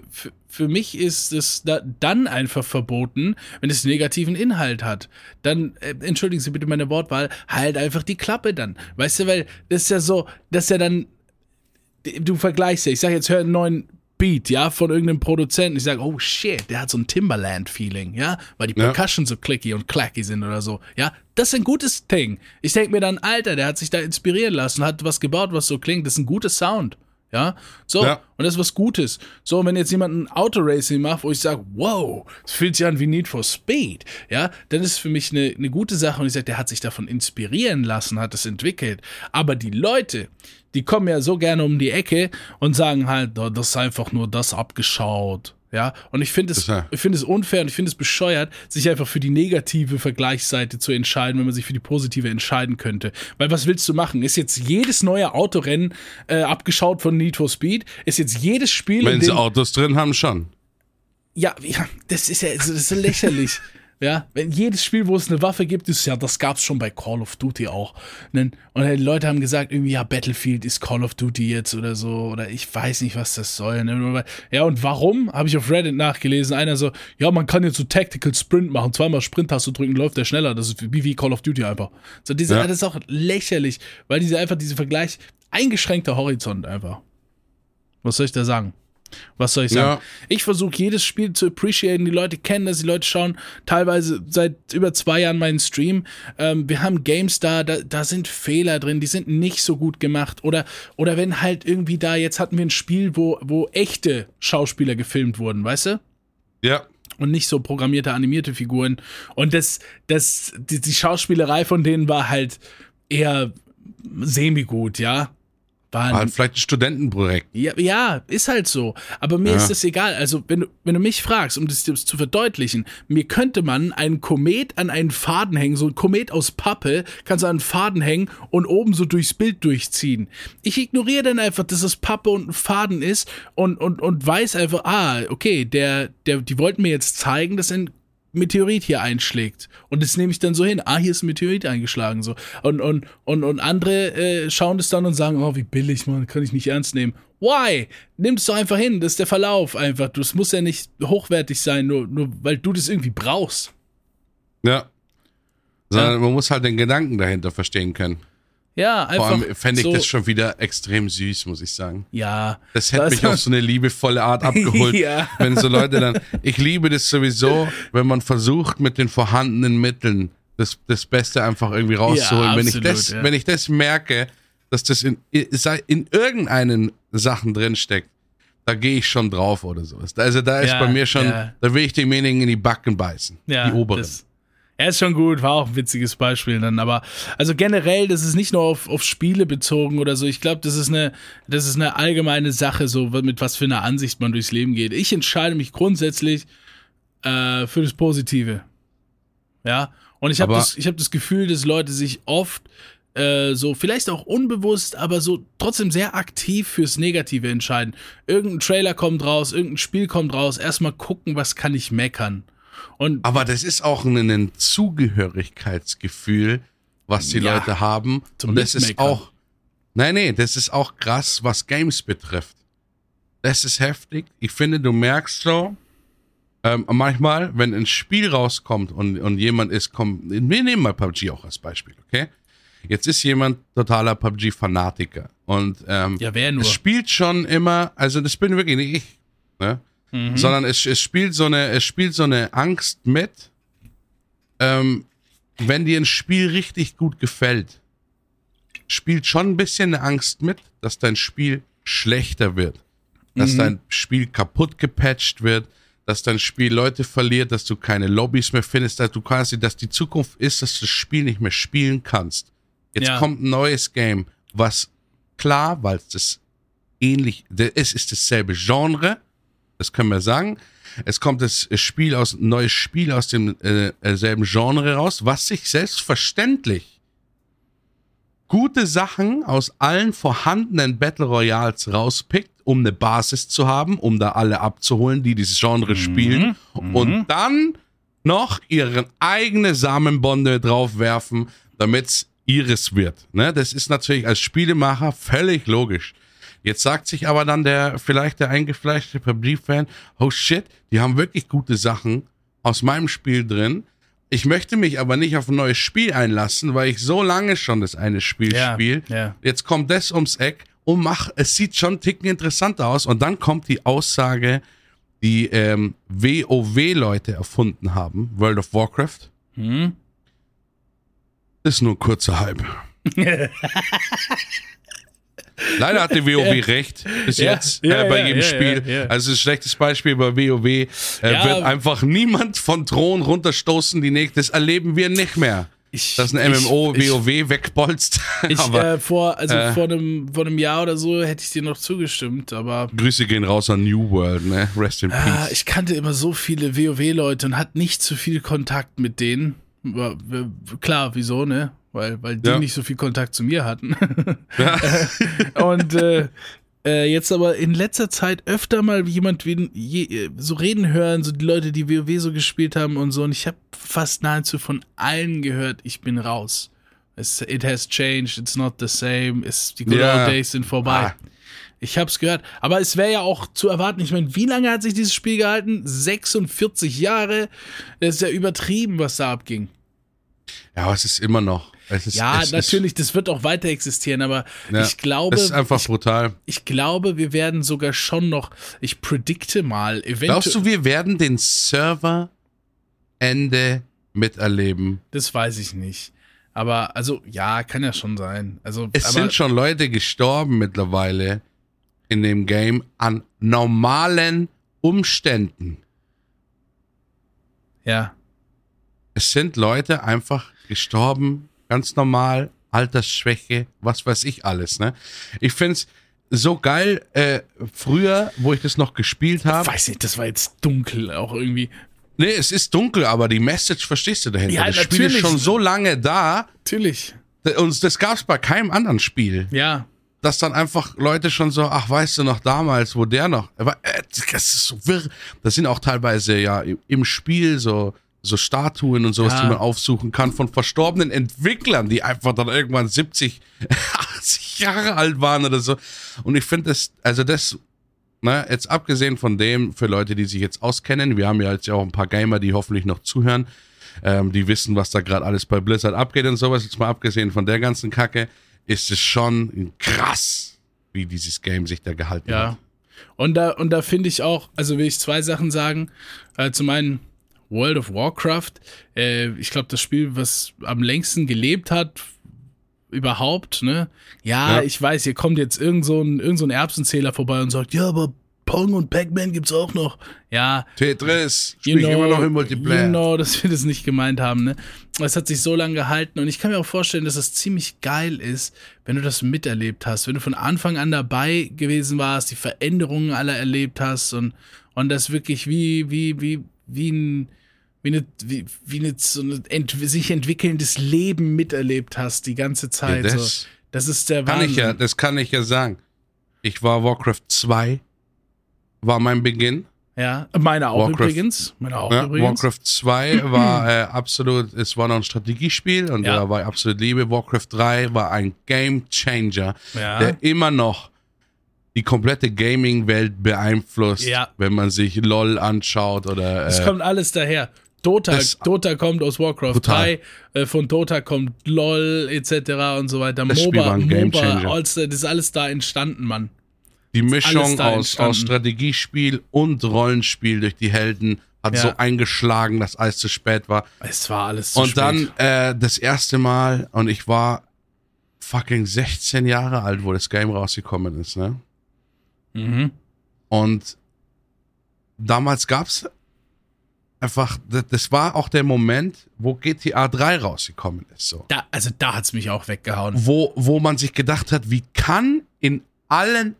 es dann einfach verboten, wenn es negativen Inhalt hat. Dann, entschuldigen Sie bitte meine Wortwahl, halt einfach die Klappe dann. Weißt du, weil das ist ja so, dass ja dann, du vergleichst ja, ich sag jetzt, hör einen neuen Beat, ja, von irgendeinem Produzenten. Ich sage, oh shit, der hat so ein Timbaland-Feeling, ja, weil die Percussion so clicky und clacky sind oder so, ja. Das ist ein gutes Ding. Ich denke mir dann, Alter, der hat sich da inspirieren lassen, hat was gebaut, was so klingt, das ist ein guter Sound. Ja, so, und das ist was Gutes. So, wenn jetzt jemand ein Autoracing macht, wo ich sage, wow, das fühlt sich an wie Need for Speed, ja, dann ist es für mich eine gute Sache und ich sage, der hat sich davon inspirieren lassen, hat das entwickelt. Aber die Leute, die kommen ja so gerne um die Ecke und sagen halt, oh, das ist einfach nur das abgeschaut. Ja, und ich finde es unfair und ich finde es bescheuert, sich einfach für die negative Vergleichsseite zu entscheiden, wenn man sich für die positive entscheiden könnte. Weil was willst du machen? Ist jetzt jedes neue Autorennen abgeschaut von Need for Speed? Ist jetzt jedes Spiel... Wenn sie Autos drin haben, schon. Ja, das ist so lächerlich. Ja, wenn jedes Spiel, wo es eine Waffe gibt, ist ja, das gab's schon bei Call of Duty auch. Und die Leute haben gesagt, irgendwie, ja, Battlefield ist Call of Duty jetzt oder so, oder ich weiß nicht, was das soll. Ne? Ja, und warum? Habe ich auf Reddit nachgelesen. Einer so, ja, man kann jetzt so Tactical Sprint machen, zweimal Sprint-Taste drücken, läuft der schneller. Das ist wie Call of Duty einfach. So, das ist auch lächerlich, weil diese Vergleich, eingeschränkter Horizont einfach. Was soll ich da sagen? Was soll ich sagen? Ja. Ich versuche jedes Spiel zu appreciaten, die Leute kennen das, die Leute schauen teilweise seit über 2 Jahren meinen Stream. Wir haben Games da sind Fehler drin, die sind nicht so gut gemacht. Oder wenn halt irgendwie jetzt hatten wir ein Spiel, wo echte Schauspieler gefilmt wurden, weißt du? Ja. Und nicht so programmierte, animierte Figuren. Und die Schauspielerei von denen war halt eher semi-gut, ja. War halt vielleicht ein Studentenprojekt. Ja, ist halt so. Aber mir ist das egal. Also, wenn du mich fragst, um das zu verdeutlichen, mir könnte man einen Komet an einen Faden hängen, so ein Komet aus Pappe, kannst du an einen Faden hängen und oben so durchs Bild durchziehen. Ich ignoriere dann einfach, dass es Pappe und ein Faden ist und weiß einfach, okay, die wollten mir jetzt zeigen, dass ein Meteorit hier einschlägt. Und das nehme ich dann so hin. Hier ist ein Meteorit eingeschlagen. So. Und andere schauen das dann und sagen, oh, wie billig, man, kann ich nicht ernst nehmen. Why? Nimm es doch einfach hin. Das ist der Verlauf einfach. Das muss ja nicht hochwertig sein, nur weil du das irgendwie brauchst. Ja. Sondern man muss halt den Gedanken dahinter verstehen können. Ja, einfach. Vor allem fände ich das schon wieder extrem süß, muss ich sagen. Ja. Das hätte mich auf so eine liebevolle Art abgeholt, wenn so Leute dann, ich liebe das sowieso, wenn man versucht, mit den vorhandenen Mitteln das Beste einfach irgendwie rauszuholen. Ja, absolut, wenn ich das merke, dass das in irgendeinen Sachen drinsteckt, da gehe ich schon drauf oder sowas. Also da ist bei mir schon, da will ich demjenigen in die Backen beißen, die oberen. Ist schon gut, war auch ein witziges Beispiel dann, aber also generell, das ist nicht nur auf Spiele bezogen oder so, ich glaube, das ist eine allgemeine Sache, so mit was für einer Ansicht man durchs Leben geht. Ich entscheide mich grundsätzlich für das Positive. Ja, und ich habe das Gefühl, dass Leute sich oft so vielleicht auch unbewusst, aber so trotzdem sehr aktiv fürs Negative entscheiden. Irgendein Trailer kommt raus, irgendein Spiel kommt raus, erstmal gucken, was kann ich meckern. Aber das ist auch ein Zugehörigkeitsgefühl, was die Leute haben. Und das ist auch, das ist auch krass, was Games betrifft. Das ist heftig. Ich finde, du merkst so, Manchmal, wenn ein Spiel rauskommt und jemand wir nehmen mal PUBG auch als Beispiel, okay? Jetzt ist jemand totaler PUBG-Fanatiker und wer nur? es spielt schon immer, also das bin wirklich nicht ich, ne? Sondern es spielt so eine Angst mit, wenn dir ein Spiel richtig gut gefällt, spielt schon ein bisschen eine Angst mit, dass dein Spiel schlechter wird, dass dein Spiel kaputt gepatcht wird, dass dein Spiel Leute verliert, dass du keine Lobbys mehr findest, dass die Zukunft ist, dass du das Spiel nicht mehr spielen kannst. Jetzt kommt ein neues Game, was klar, weil es ist dasselbe Genre, das können wir sagen. Es kommt das neues Spiel aus dem selben Genre raus, was sich selbstverständlich gute Sachen aus allen vorhandenen Battle Royals rauspickt, um eine Basis zu haben, um da alle abzuholen, die dieses Genre spielen und dann noch ihre eigene Samenbombe draufwerfen, damit es ihres wird. Ne? Das ist natürlich als Spielemacher völlig logisch. Jetzt sagt sich aber dann der eingefleischte PUBG-Fan, oh shit, die haben wirklich gute Sachen aus meinem Spiel drin. Ich möchte mich aber nicht auf ein neues Spiel einlassen, weil ich so lange schon das eine Spiel spiele. Ja. Jetzt kommt das ums Eck und es sieht schon einen Ticken interessanter aus. Und dann kommt die Aussage, die WoW-Leute erfunden haben, World of Warcraft. Ist nur ein kurzer Hype. Leider hatte WoW recht bis jetzt bei jedem Spiel. Ja. Also ein schlechtes Beispiel bei WoW wird einfach niemand von Thron runterstoßen. Das erleben wir nicht mehr. Dass ein MMO WoW wegbolzt. Vor einem Jahr oder so hätte ich dir noch zugestimmt, aber... Grüße gehen raus an New World, ne? Rest in Peace. Ich kannte immer so viele WoW-Leute und hatte nicht so viel Kontakt mit denen. Klar, wieso, ne? Weil die nicht so viel Kontakt zu mir hatten. Und jetzt aber in letzter Zeit öfter mal jemand so reden hören, so die Leute, die WoW so gespielt haben und so. Und ich habe fast nahezu von allen gehört, ich bin raus. It has changed, it's not the same, die good old days sind vorbei. Ich hab's gehört. Aber es wäre ja auch zu erwarten. Ich meine, wie lange hat sich dieses Spiel gehalten? 46 Jahre. Das ist ja übertrieben, was da abging. Ja, aber es ist immer noch. Natürlich, das wird auch weiter existieren, aber ich glaube... Das ist einfach brutal. Ich glaube, wir werden sogar schon noch, ich predikte mal, eventuell... Glaubst du, wir werden den Serverende miterleben? Das weiß ich nicht. Aber, also, ja, kann ja schon sein. Sind schon Leute gestorben mittlerweile in dem Game an normalen Umständen. Ja. Es sind Leute einfach gestorben, ganz normal, Altersschwäche, was weiß ich alles, ne? Ich find's so geil, früher, wo ich das noch gespielt habe. Weiß nicht, das war jetzt dunkel auch irgendwie. Nee, es ist dunkel, aber die Message verstehst du dahinter. Ja, das Spiel ist schon so lange da. Natürlich. Und das gab's bei keinem anderen Spiel. Ja. Dass dann einfach Leute schon so, ach, weißt du noch damals, wo der noch, das ist so wirr. Das sind auch teilweise ja im Spiel so Statuen und sowas, die man aufsuchen kann von verstorbenen Entwicklern, die einfach dann irgendwann 70, 80 Jahre alt waren oder so. Und ich finde jetzt abgesehen von dem, für Leute, die sich jetzt auskennen, wir haben ja jetzt auch ein paar Gamer, die hoffentlich noch zuhören, die wissen, was da gerade alles bei Blizzard abgeht und sowas, jetzt mal abgesehen von der ganzen Kacke, ist es schon krass, wie dieses Game sich da gehalten hat. Und da finde ich auch, also will ich zwei Sachen sagen. Zum einen World of Warcraft, ich glaube, das Spiel, was am längsten gelebt hat, überhaupt, ne? Ja, ich weiß, hier kommt jetzt irgend so ein Erbsenzähler vorbei und sagt, ja, aber Pong und Pac-Man gibt's auch noch. Ja. Tetris, spiele ich immer noch im Multiplayer. Genau, dass wir das nicht gemeint haben, ne? Es hat sich so lange gehalten und ich kann mir auch vorstellen, dass das ziemlich geil ist, wenn du das miterlebt hast, wenn du von Anfang an dabei gewesen warst, die Veränderungen alle erlebt hast und das wirklich wie so ein sich entwickelndes Leben miterlebt hast die ganze Zeit. Ja, das ist der Wahnsinn. Das kann ich ja sagen. Ich war Warcraft 2, war mein Beginn. Ja, meine auch übrigens. Warcraft 2 war absolut, es war noch ein Strategiespiel und da war absolut Liebe. Warcraft 3 war ein Game Changer, der immer noch die komplette Gaming-Welt beeinflusst, wenn man sich LOL anschaut oder. Es kommt alles daher. Dota kommt aus Warcraft 3, von Dota kommt LOL etc. und so weiter. MOBA, das ist alles da entstanden, Mann. Die Mischung aus Strategiespiel und Rollenspiel durch die Helden hat so eingeschlagen, dass alles zu spät war. Es war alles zu spät. Und dann das erste Mal, und ich war fucking 16 Jahre alt, wo das Game rausgekommen ist, ne? Mhm. Und damals gab's einfach, das war auch der Moment, wo GTA 3 rausgekommen ist. So. Da hat's mich auch weggehauen. Wo man sich gedacht hat, wie kann in allen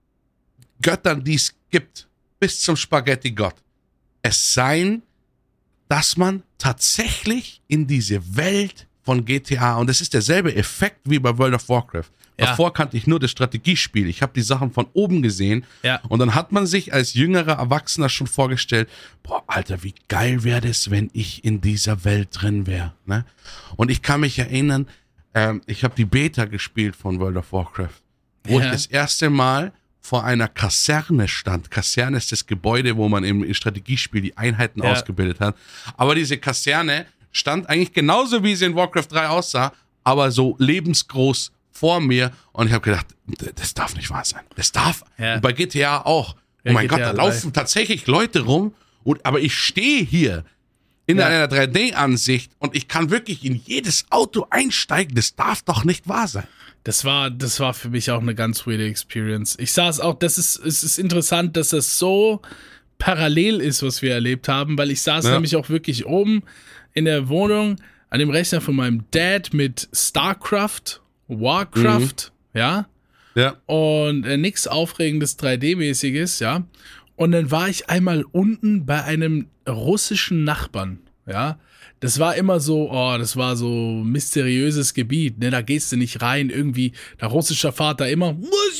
Göttern, die es gibt, bis zum Spaghetti-Gott, es sein, dass man tatsächlich in diese Welt von GTA, und das ist derselbe Effekt wie bei World of Warcraft. Davor kannte ich nur das Strategiespiel. Ich habe die Sachen von oben gesehen. Ja. Und dann hat man sich als jüngerer Erwachsener schon vorgestellt, boah, Alter, wie geil wäre das, wenn ich in dieser Welt drin wäre. Ne? Und ich kann mich erinnern, ich habe die Beta gespielt von World of Warcraft, wo ich das erste Mal vor einer Kaserne stand. Kaserne ist das Gebäude, wo man im Strategiespiel die Einheiten ausgebildet hat. Aber diese Kaserne stand eigentlich genauso, wie sie in Warcraft 3 aussah, aber so lebensgroß vor mir, und ich habe gedacht, das darf nicht wahr sein. Das darf. Ja. Und bei GTA auch. Oh mein GTA Gott, da laufen tatsächlich Leute rum, aber ich stehe hier in einer 3D-Ansicht und ich kann wirklich in jedes Auto einsteigen. Das darf doch nicht wahr sein. Das war für mich auch eine ganz weirde Experience. Ich saß auch, es ist interessant, dass das so parallel ist, was wir erlebt haben, weil ich saß nämlich auch wirklich oben in der Wohnung an dem Rechner von meinem Dad mit StarCraft, Warcraft, ja, und nix Aufregendes 3D-mäßiges, ja, und dann war ich einmal unten bei einem russischen Nachbarn, ja, das war immer so, das war so mysteriöses Gebiet, ne, da gehst du nicht rein, irgendwie, der russische Vater immer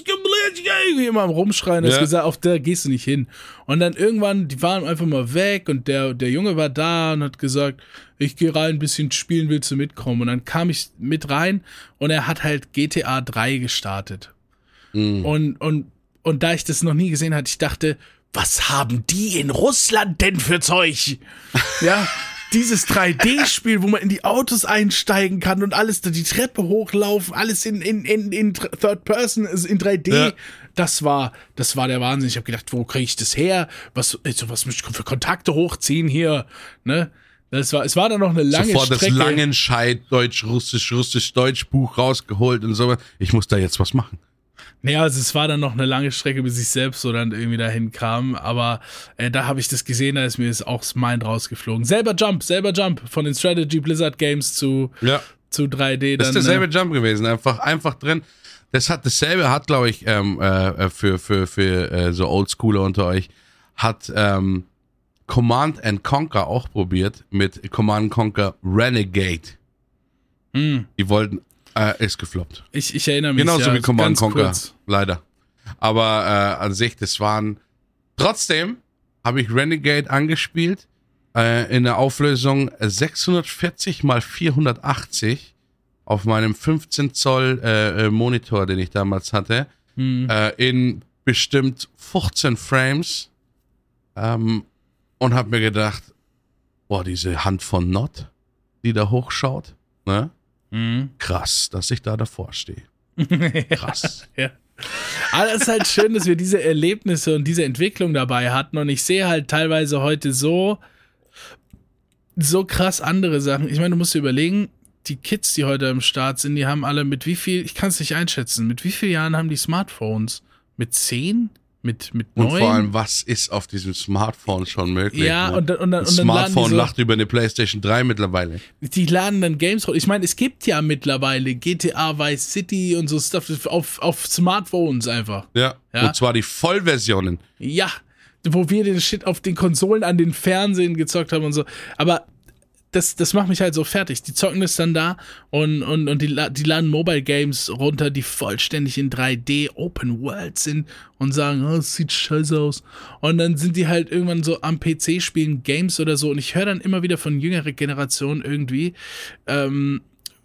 am Rumschreien, das gesagt, auf der gehst du nicht hin. Und dann irgendwann, die waren einfach mal weg und der Junge war da und hat gesagt, ich gehe rein, ein bisschen spielen, willst du mitkommen? Und dann kam ich mit rein und er hat halt GTA 3 gestartet. Und da ich das noch nie gesehen hatte, ich dachte, was haben die in Russland denn für Zeug? Ja, dieses 3D-Spiel, wo man in die Autos einsteigen kann und alles, die Treppe hochlaufen, alles in Third Person, also in 3D. Ja. Das war der Wahnsinn. Ich habe gedacht, wo kriege ich das her? Was muss ich für Kontakte hochziehen hier? Ne? Es war dann noch eine lange Sofort Strecke. Das Langenscheid Deutsch-Russisch-Deutsch-Buch rausgeholt und so. Ich muss da jetzt was machen. Naja, also es war dann noch eine lange Strecke, bis ich selbst so dann irgendwie dahin kam, aber da habe ich das gesehen, da ist mir das auch das Mind rausgeflogen. Selber Jump von den Strategy Blizzard Games zu 3D. Das ist derselbe Jump gewesen, einfach drin. Dasselbe hat, glaube ich, für so Oldschooler unter euch, hat Command & Conquer auch probiert mit Command & Conquer Renegade. Die wollten ist gefloppt. Ich erinnere mich. Genauso wie Command & Conquer, leider. Aber an sich, trotzdem habe ich Renegade angespielt in der Auflösung 640 x 480 auf meinem 15 Zoll Monitor, den ich damals hatte, in bestimmt 15 Frames und habe mir gedacht, boah, diese Hand von Nod, die da hochschaut, ne? Krass, dass ich da davor stehe. Krass. Ja. Aber es ist halt schön, dass wir diese Erlebnisse und diese Entwicklung dabei hatten, und ich sehe halt teilweise heute so krass andere Sachen. Ich meine, du musst dir überlegen, die Kids, die heute am Start sind, die haben alle ich kann es nicht einschätzen, mit wie vielen Jahren haben die Smartphones? Mit 10? Mit 9? Und vor allem, was ist auf diesem Smartphone schon möglich? Ja, ne? und dann Smartphone lacht über eine PlayStation 3 mittlerweile. Die laden dann Games raus. Ich meine, es gibt ja mittlerweile GTA Vice City und so Stuff auf Smartphones einfach. Ja, und zwar die Vollversionen. Ja, wo wir den Shit auf den Konsolen an den Fernsehen gezockt haben und so. Aber das macht mich halt so fertig. Die zocken das dann da und die laden Mobile Games runter, die vollständig in 3D Open World sind und sagen, es sieht scheiße aus. Und dann sind die halt irgendwann so am PC spielen Games oder so, und ich höre dann immer wieder von jüngerer Generation irgendwie,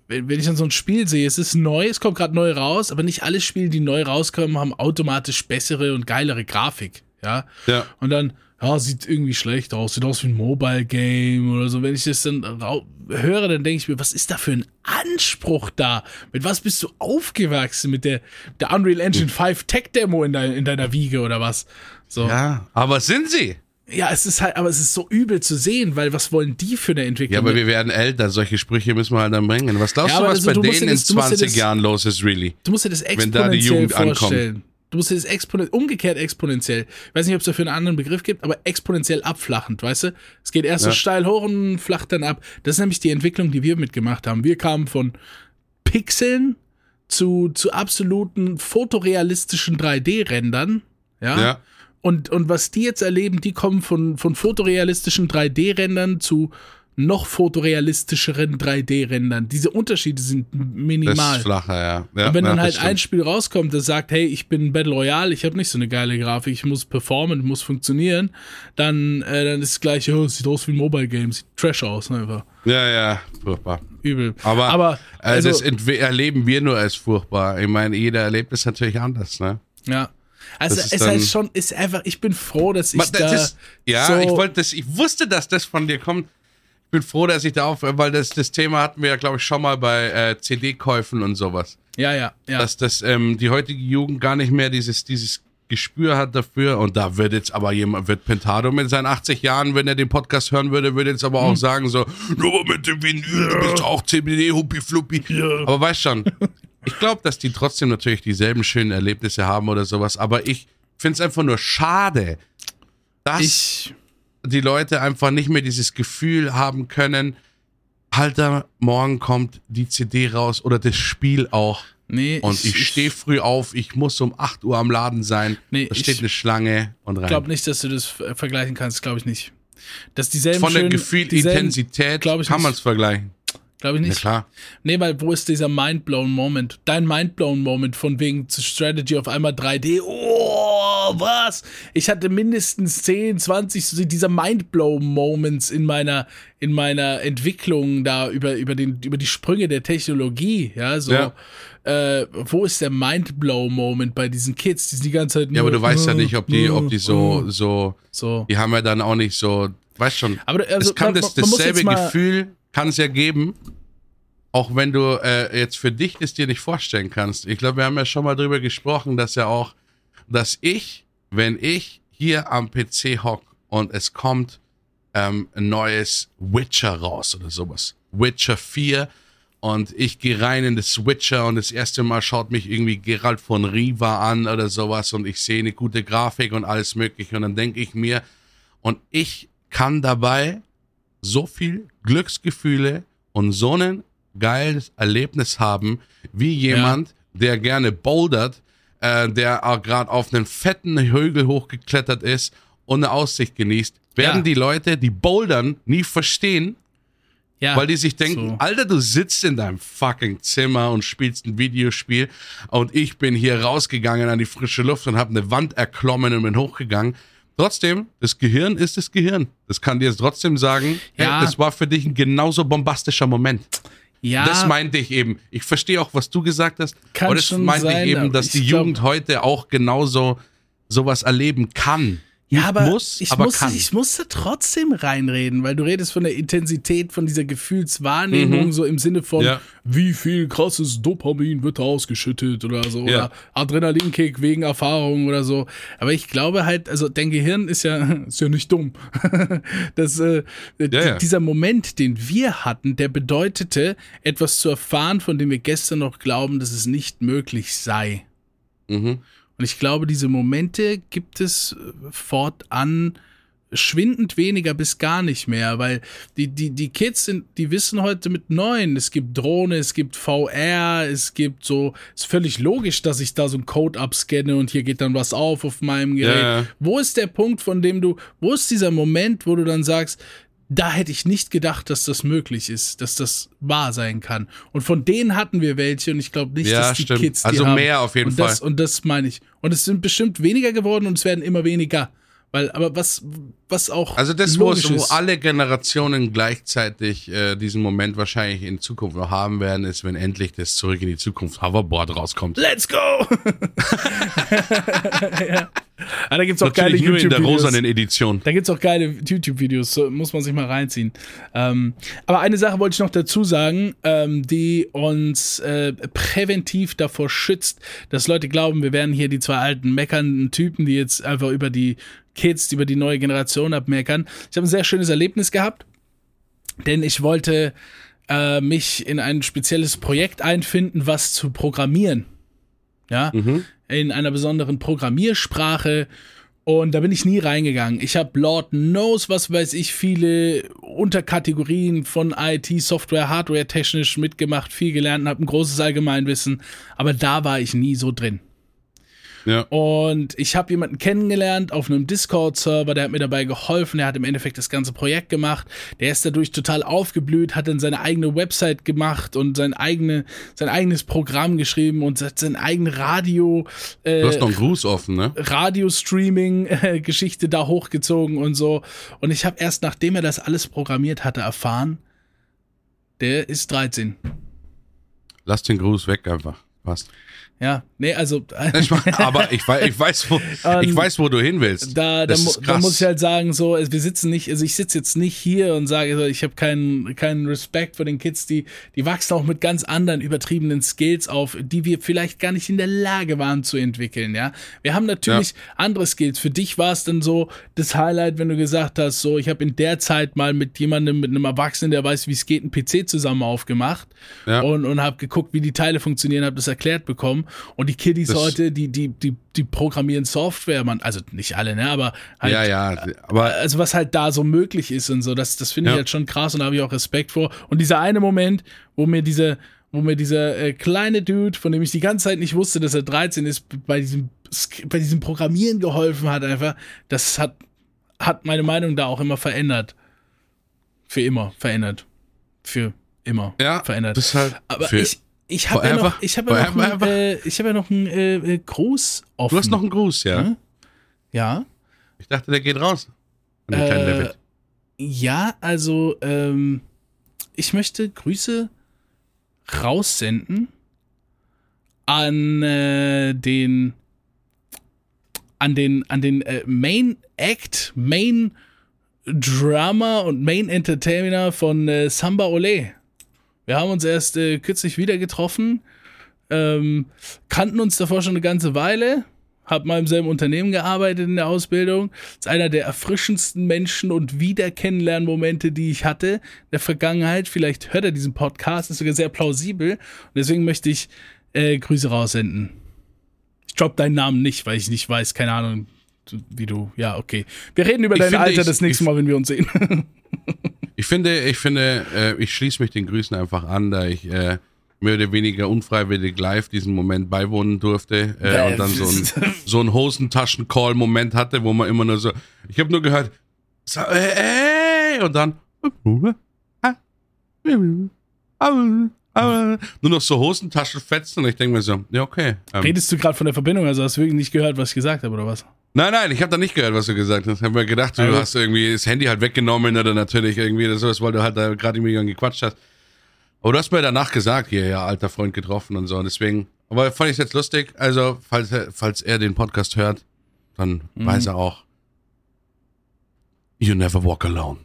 wenn ich dann so ein Spiel sehe, es ist neu, es kommt gerade neu raus, aber nicht alle Spiele, die neu rauskommen, haben automatisch bessere und geilere Grafik. Ja. Und dann, sieht irgendwie schlecht aus, sieht aus wie ein Mobile-Game oder so. Wenn ich das dann höre, dann denke ich mir, was ist da für ein Anspruch da? Mit was bist du aufgewachsen? Mit der Unreal Engine 5 Tech-Demo in deiner Wiege oder was? So. Ja, aber sind sie? Ja, es ist so übel zu sehen, weil was wollen die für eine Entwicklung? Ja, aber wir werden älter, solche Sprüche müssen wir halt dann bringen. Was glaubst du, was bei denen in 20 Jahren los ist, really? Du musst dir das exponentiell wenn da die Jugend vorstellen. Ankommt. Du musst dir das umgekehrt exponentiell. Ich weiß nicht, ob es dafür einen anderen Begriff gibt, aber exponentiell abflachend, weißt du? Es geht erst so steil hoch und flacht dann ab. Das ist nämlich die Entwicklung, die wir mitgemacht haben. Wir kamen von Pixeln zu absoluten fotorealistischen 3D-Rändern. Ja. Und was die jetzt erleben, die kommen von fotorealistischen 3D-Rändern zu noch fotorealistischeren 3D-Rändern. Diese Unterschiede sind minimal. Das ist flacher, ja. Und wenn dann halt ein Spiel rauskommt, das sagt, hey, ich bin Battle Royale, ich habe nicht so eine geile Grafik, ich muss performen, muss funktionieren, dann ist es gleich, sieht aus wie ein Mobile-Game, sieht trash aus, ne, einfach. Ja, furchtbar. Übel. Aber das erleben wir nur als furchtbar. Ich meine, jeder erlebt es natürlich anders, ne? Ja. Also es heißt schon, ist einfach, ich bin froh, dass ich ich wusste, dass das von dir kommt. Ich bin froh, dass ich da weil das Thema hatten wir ja, glaube ich, schon mal bei CD-Käufen und sowas. Ja. Dass das die heutige Jugend gar nicht mehr dieses Gespür hat dafür. Und da wird jetzt aber wird Pentado mit seinen 80 Jahren, wenn er den Podcast hören würde jetzt aber auch sagen so, nur mit dem Vinyl, du bist auch CBD, Huppi-Fluppi. Ja. Aber weißt schon, ich glaube, dass die trotzdem natürlich dieselben schönen Erlebnisse haben oder sowas. Aber ich finde es einfach nur schade, dass die Leute einfach nicht mehr dieses Gefühl haben können, Alter, morgen kommt die CD raus oder das Spiel auch. Nee, und ich stehe früh auf, ich muss um 8 Uhr am Laden sein, da steht eine Schlange und rein. Ich glaube nicht, dass du das vergleichen kannst, glaube ich nicht. Dass dieselben von der Gefühl-Intensität kann man es vergleichen. Glaube ich nicht. Ja, klar. Nee, weil wo ist dieser Mindblown-Moment? Dein Mindblown-Moment von wegen Strategy auf einmal 3D. Oh, was? Ich hatte mindestens 10, 20 dieser Mindblown-Moments in meiner Entwicklung da über die Sprünge der Technologie. Ja, so. Ja. Wo ist der Mindblow-Moment bei diesen Kids? Die sind die ganze Zeit nur, ja, aber du weißt ja nicht, ob die so. Die haben ja dann auch nicht so, weißt schon. Aber also, es kann dasselbe Gefühl kann es ja geben, auch wenn du jetzt für dich es dir nicht vorstellen kannst. Ich glaube, wir haben ja schon mal drüber gesprochen, dass wenn ich hier am PC hock und es kommt ein neues Witcher raus oder sowas, Witcher 4, und ich gehe rein in das Witcher und das erste Mal schaut mich irgendwie Geralt von Riva an oder sowas und ich sehe eine gute Grafik und alles mögliche und dann denke ich mir, und ich kann dabei so viel Glücksgefühle und so ein geiles Erlebnis haben, wie jemand, der gerne bouldert, der gerade auf einen fetten Hügel hochgeklettert ist und eine Aussicht genießt, werden die Leute, die bouldern, nie verstehen, weil die sich denken, Alter, du sitzt in deinem fucking Zimmer und spielst ein Videospiel und ich bin hier rausgegangen an die frische Luft und habe eine Wand erklommen und bin hochgegangen. Trotzdem, das Gehirn ist das Gehirn. Das kann dir jetzt trotzdem sagen, hey, das war für dich ein genauso bombastischer Moment. Ja. Das meinte ich eben. Ich verstehe auch, was du gesagt hast. Aber das meinte ich eben, dass die Jugend heute auch genauso sowas erleben kann. Ja, aber ich muss da trotzdem reinreden, weil du redest von der Intensität, von dieser Gefühlswahrnehmung, so im Sinne von, wie viel krasses Dopamin wird da ausgeschüttet oder so, oder Adrenalinkick wegen Erfahrung oder so. Aber ich glaube halt, also dein Gehirn ist ja nicht dumm. Dieser Moment, den wir hatten, der bedeutete, etwas zu erfahren, von dem wir gestern noch glauben, dass es nicht möglich sei. Mhm. Und ich glaube, diese Momente gibt es fortan schwindend weniger bis gar nicht mehr, weil die Kids die wissen heute mit 9, es gibt Drohne, es gibt VR, es gibt so, ist völlig logisch, dass ich da so einen Code abscanne und hier geht dann was auf meinem Gerät. Ja. Wo ist der Punkt, wo ist dieser Moment, wo du dann sagst, da hätte ich nicht gedacht, dass das möglich ist, dass das wahr sein kann. Und von denen hatten wir welche und ich glaube nicht, dass die Kids die also haben. Mehr auf jeden Fall. Und das meine ich. Und es sind bestimmt weniger geworden und es werden immer weniger. aber was auch also das, logisch wo ist. alle Generationen gleichzeitig diesen Moment wahrscheinlich in Zukunft noch haben werden, ist, wenn endlich das Zurück in die Zukunft Hoverboard rauskommt. Let's go! Ja. Da gibt's auch geile YouTube-Videos. In der YouTube-Videos. rosanen Edition. Da gibt's auch geile YouTube-Videos, so muss man sich mal reinziehen. Aber eine Sache wollte ich noch dazu sagen, die uns präventiv davor schützt, dass Leute glauben, wir wären hier die zwei alten meckernden Typen, die jetzt einfach über die Kids, über die neue Generation abmeckern. Ich habe ein sehr schönes Erlebnis gehabt, denn ich wollte mich in ein spezielles Projekt einfinden, was zu programmieren. Ja, in einer besonderen Programmiersprache, und da bin ich nie reingegangen. Ich habe Lord knows, was weiß ich, viele Unterkategorien von IT, Software, Hardware technisch mitgemacht, viel gelernt und habe ein großes Allgemeinwissen, aber da war ich nie so drin. Ja. Und ich habe jemanden kennengelernt auf einem Discord-Server, der hat mir dabei geholfen, der hat im Endeffekt das ganze Projekt gemacht, der ist dadurch total aufgeblüht, hat dann seine eigene Website gemacht und sein eigenes Programm geschrieben und sein eigenes Radio. Du hast noch einen Gruß offen, ne? Radio-Streaming-Geschichte da hochgezogen und so. Und ich habe erst, nachdem er das alles programmiert hatte, erfahren, der ist 13. Lass den Gruß weg einfach. Passt. Ja, nee, also. Aber ich weiß, wo du hin willst. Da muss ich halt sagen, so, wir sitzen nicht, also ich sitze jetzt nicht hier und sage, ich habe keinen Respekt vor den Kids, die wachsen auch mit ganz anderen übertriebenen Skills auf, die wir vielleicht gar nicht in der Lage waren zu entwickeln, ja. Wir haben natürlich andere Skills. Für dich war es dann so das Highlight, wenn du gesagt hast, so, ich habe in der Zeit mal mit einem Erwachsenen, der weiß, wie es geht, einen PC zusammen aufgemacht und habe geguckt, wie die Teile funktionieren, habe das erklärt bekommen. Und die Kiddies heute, die programmieren Software, also nicht alle, ne, aber halt, aber also was halt da so möglich ist und so, das finde ich halt schon krass, und da habe ich auch Respekt vor. Und dieser eine Moment, wo mir dieser kleine Dude, von dem ich die ganze Zeit nicht wusste, dass er 13 ist, bei diesem Programmieren geholfen hat, einfach, das hat meine Meinung da auch immer verändert. Für immer verändert. Für immer verändert. Das halt aber ich habe ja noch einen Gruß offen. Du hast noch einen Gruß, ja? Hm? Ja. Ich dachte, der geht raus. An den kleinen David. Ja, also ich möchte Grüße raussenden an den Main Act, Main Drummer und Main Entertainer von Samba Ole. Wir haben uns erst kürzlich wieder getroffen, kannten uns davor schon eine ganze Weile, hab mal im selben Unternehmen gearbeitet in der Ausbildung. Ist einer der erfrischendsten Menschen und Wiederkennenlernmomente, die ich hatte in der Vergangenheit. Vielleicht hört er diesen Podcast, ist sogar sehr plausibel. Und deswegen möchte ich Grüße raussenden. Ich droppe deinen Namen nicht, weil ich nicht weiß, keine Ahnung, wie du, ja, okay. Wir reden über dein Alter das nächste Mal, wenn wir uns sehen. Ich finde, ich schließe mich den Grüßen einfach an, da ich mehr oder weniger unfreiwillig live diesen Moment beiwohnen durfte und dann so einen Hosentaschen-Call-Moment hatte, wo man immer nur so, ich habe nur gehört, und dann nur noch so Hosentaschen fetzen, und ich denke mir so, ja, okay. Redest du gerade von der Verbindung, also hast du wirklich nicht gehört, was ich gesagt habe, oder was? Nein, ich habe da nicht gehört, was du gesagt hast. Ich habe mir gedacht, du hast irgendwie das Handy halt weggenommen oder natürlich irgendwie oder sowas, weil du halt da gerade irgendwie gequatscht hast. Aber du hast mir danach gesagt, hier, ja, alter Freund getroffen und so, und deswegen, aber fand ich es jetzt lustig, also falls er den Podcast hört, dann weiß er auch, you never walk alone.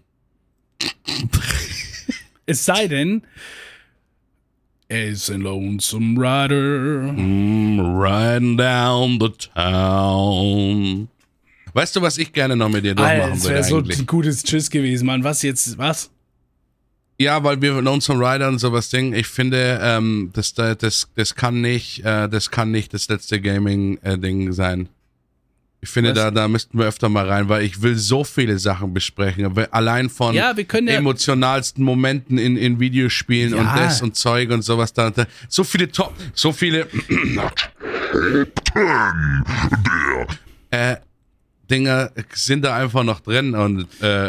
Es sei denn, er ist ein lonesome rider. Riding down the town. Weißt du, was ich gerne noch mit dir durchmachen würde? Das wäre so ein gutes Tschüss gewesen, Mann. Was jetzt? Was? Ja, weil wir Lonesome Rider und sowas Ding, ich finde, das kann nicht das letzte Gaming-Ding sein. Ich finde, da müssten wir öfter mal rein, weil ich will so viele Sachen besprechen. Allein von emotionalsten Momenten in Videospielen und das und Zeug und sowas. So viele Dinger sind da einfach noch drin. Und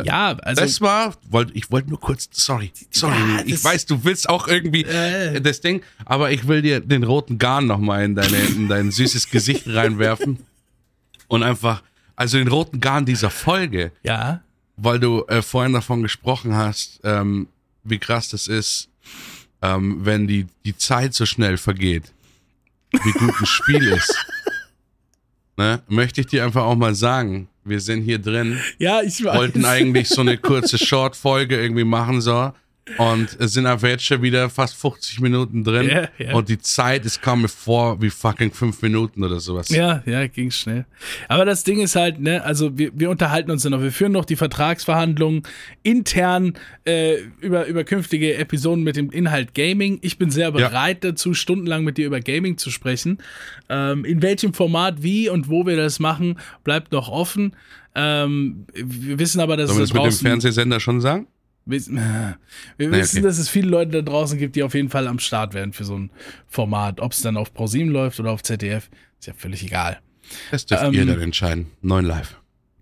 ich wollte nur kurz, sorry, ich weiß, du willst auch irgendwie das Ding, aber ich will dir den roten Garn nochmal in dein süßes Gesicht reinwerfen. Und einfach Also den roten Garn dieser Folge. Ja. Weil du vorhin davon gesprochen hast, wie krass das ist, wenn die Zeit so schnell vergeht. Wie gut ein Spiel ist. Ne? Möchte ich dir einfach auch mal sagen, wir sind hier drin. Ja, ich weiß. Wollten eigentlich so eine kurze Short-Folge irgendwie machen, so. Und es sind einfach jetzt schon wieder fast 50 Minuten drin. Ja. Und die Zeit, es kam mir vor wie fucking 5 Minuten oder sowas. Ja, ging schnell. Aber das Ding ist halt, ne, also wir unterhalten uns ja noch, wir führen noch die Vertragsverhandlungen intern über künftige Episoden mit dem Inhalt Gaming. Ich bin sehr bereit dazu, stundenlang mit dir über Gaming zu sprechen. In welchem Format, wie und wo wir das machen, bleibt noch offen. Wir wissen aber, dass Sollen wir das mit dem Fernsehsender schon sagen? Wir wissen, dass es viele Leute da draußen gibt, die auf jeden Fall am Start werden für so ein Format. Ob es dann auf ProSieben läuft oder auf ZDF, ist ja völlig egal. Das dürft ihr dann entscheiden. 9 Live.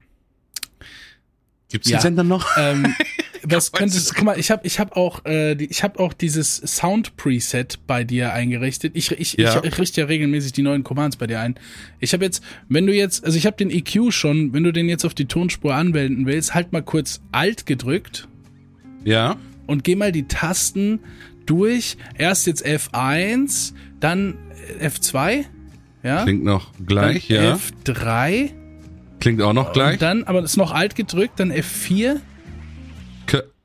Gibt's den Sender noch? Was könntest, guck mal, ich hab auch dieses Sound-Preset bei dir eingerichtet. Ich richte ja regelmäßig die neuen Commands bei dir ein. Ich habe jetzt, ich habe den EQ schon, wenn du den jetzt auf die Tonspur anwenden willst, halt mal kurz Alt gedrückt. Ja. Und geh mal die Tasten durch. Erst jetzt F1, dann F2. Ja. Klingt noch gleich, dann ja. F3. Klingt auch noch gleich. Und dann, aber ist noch Alt gedrückt, dann F4.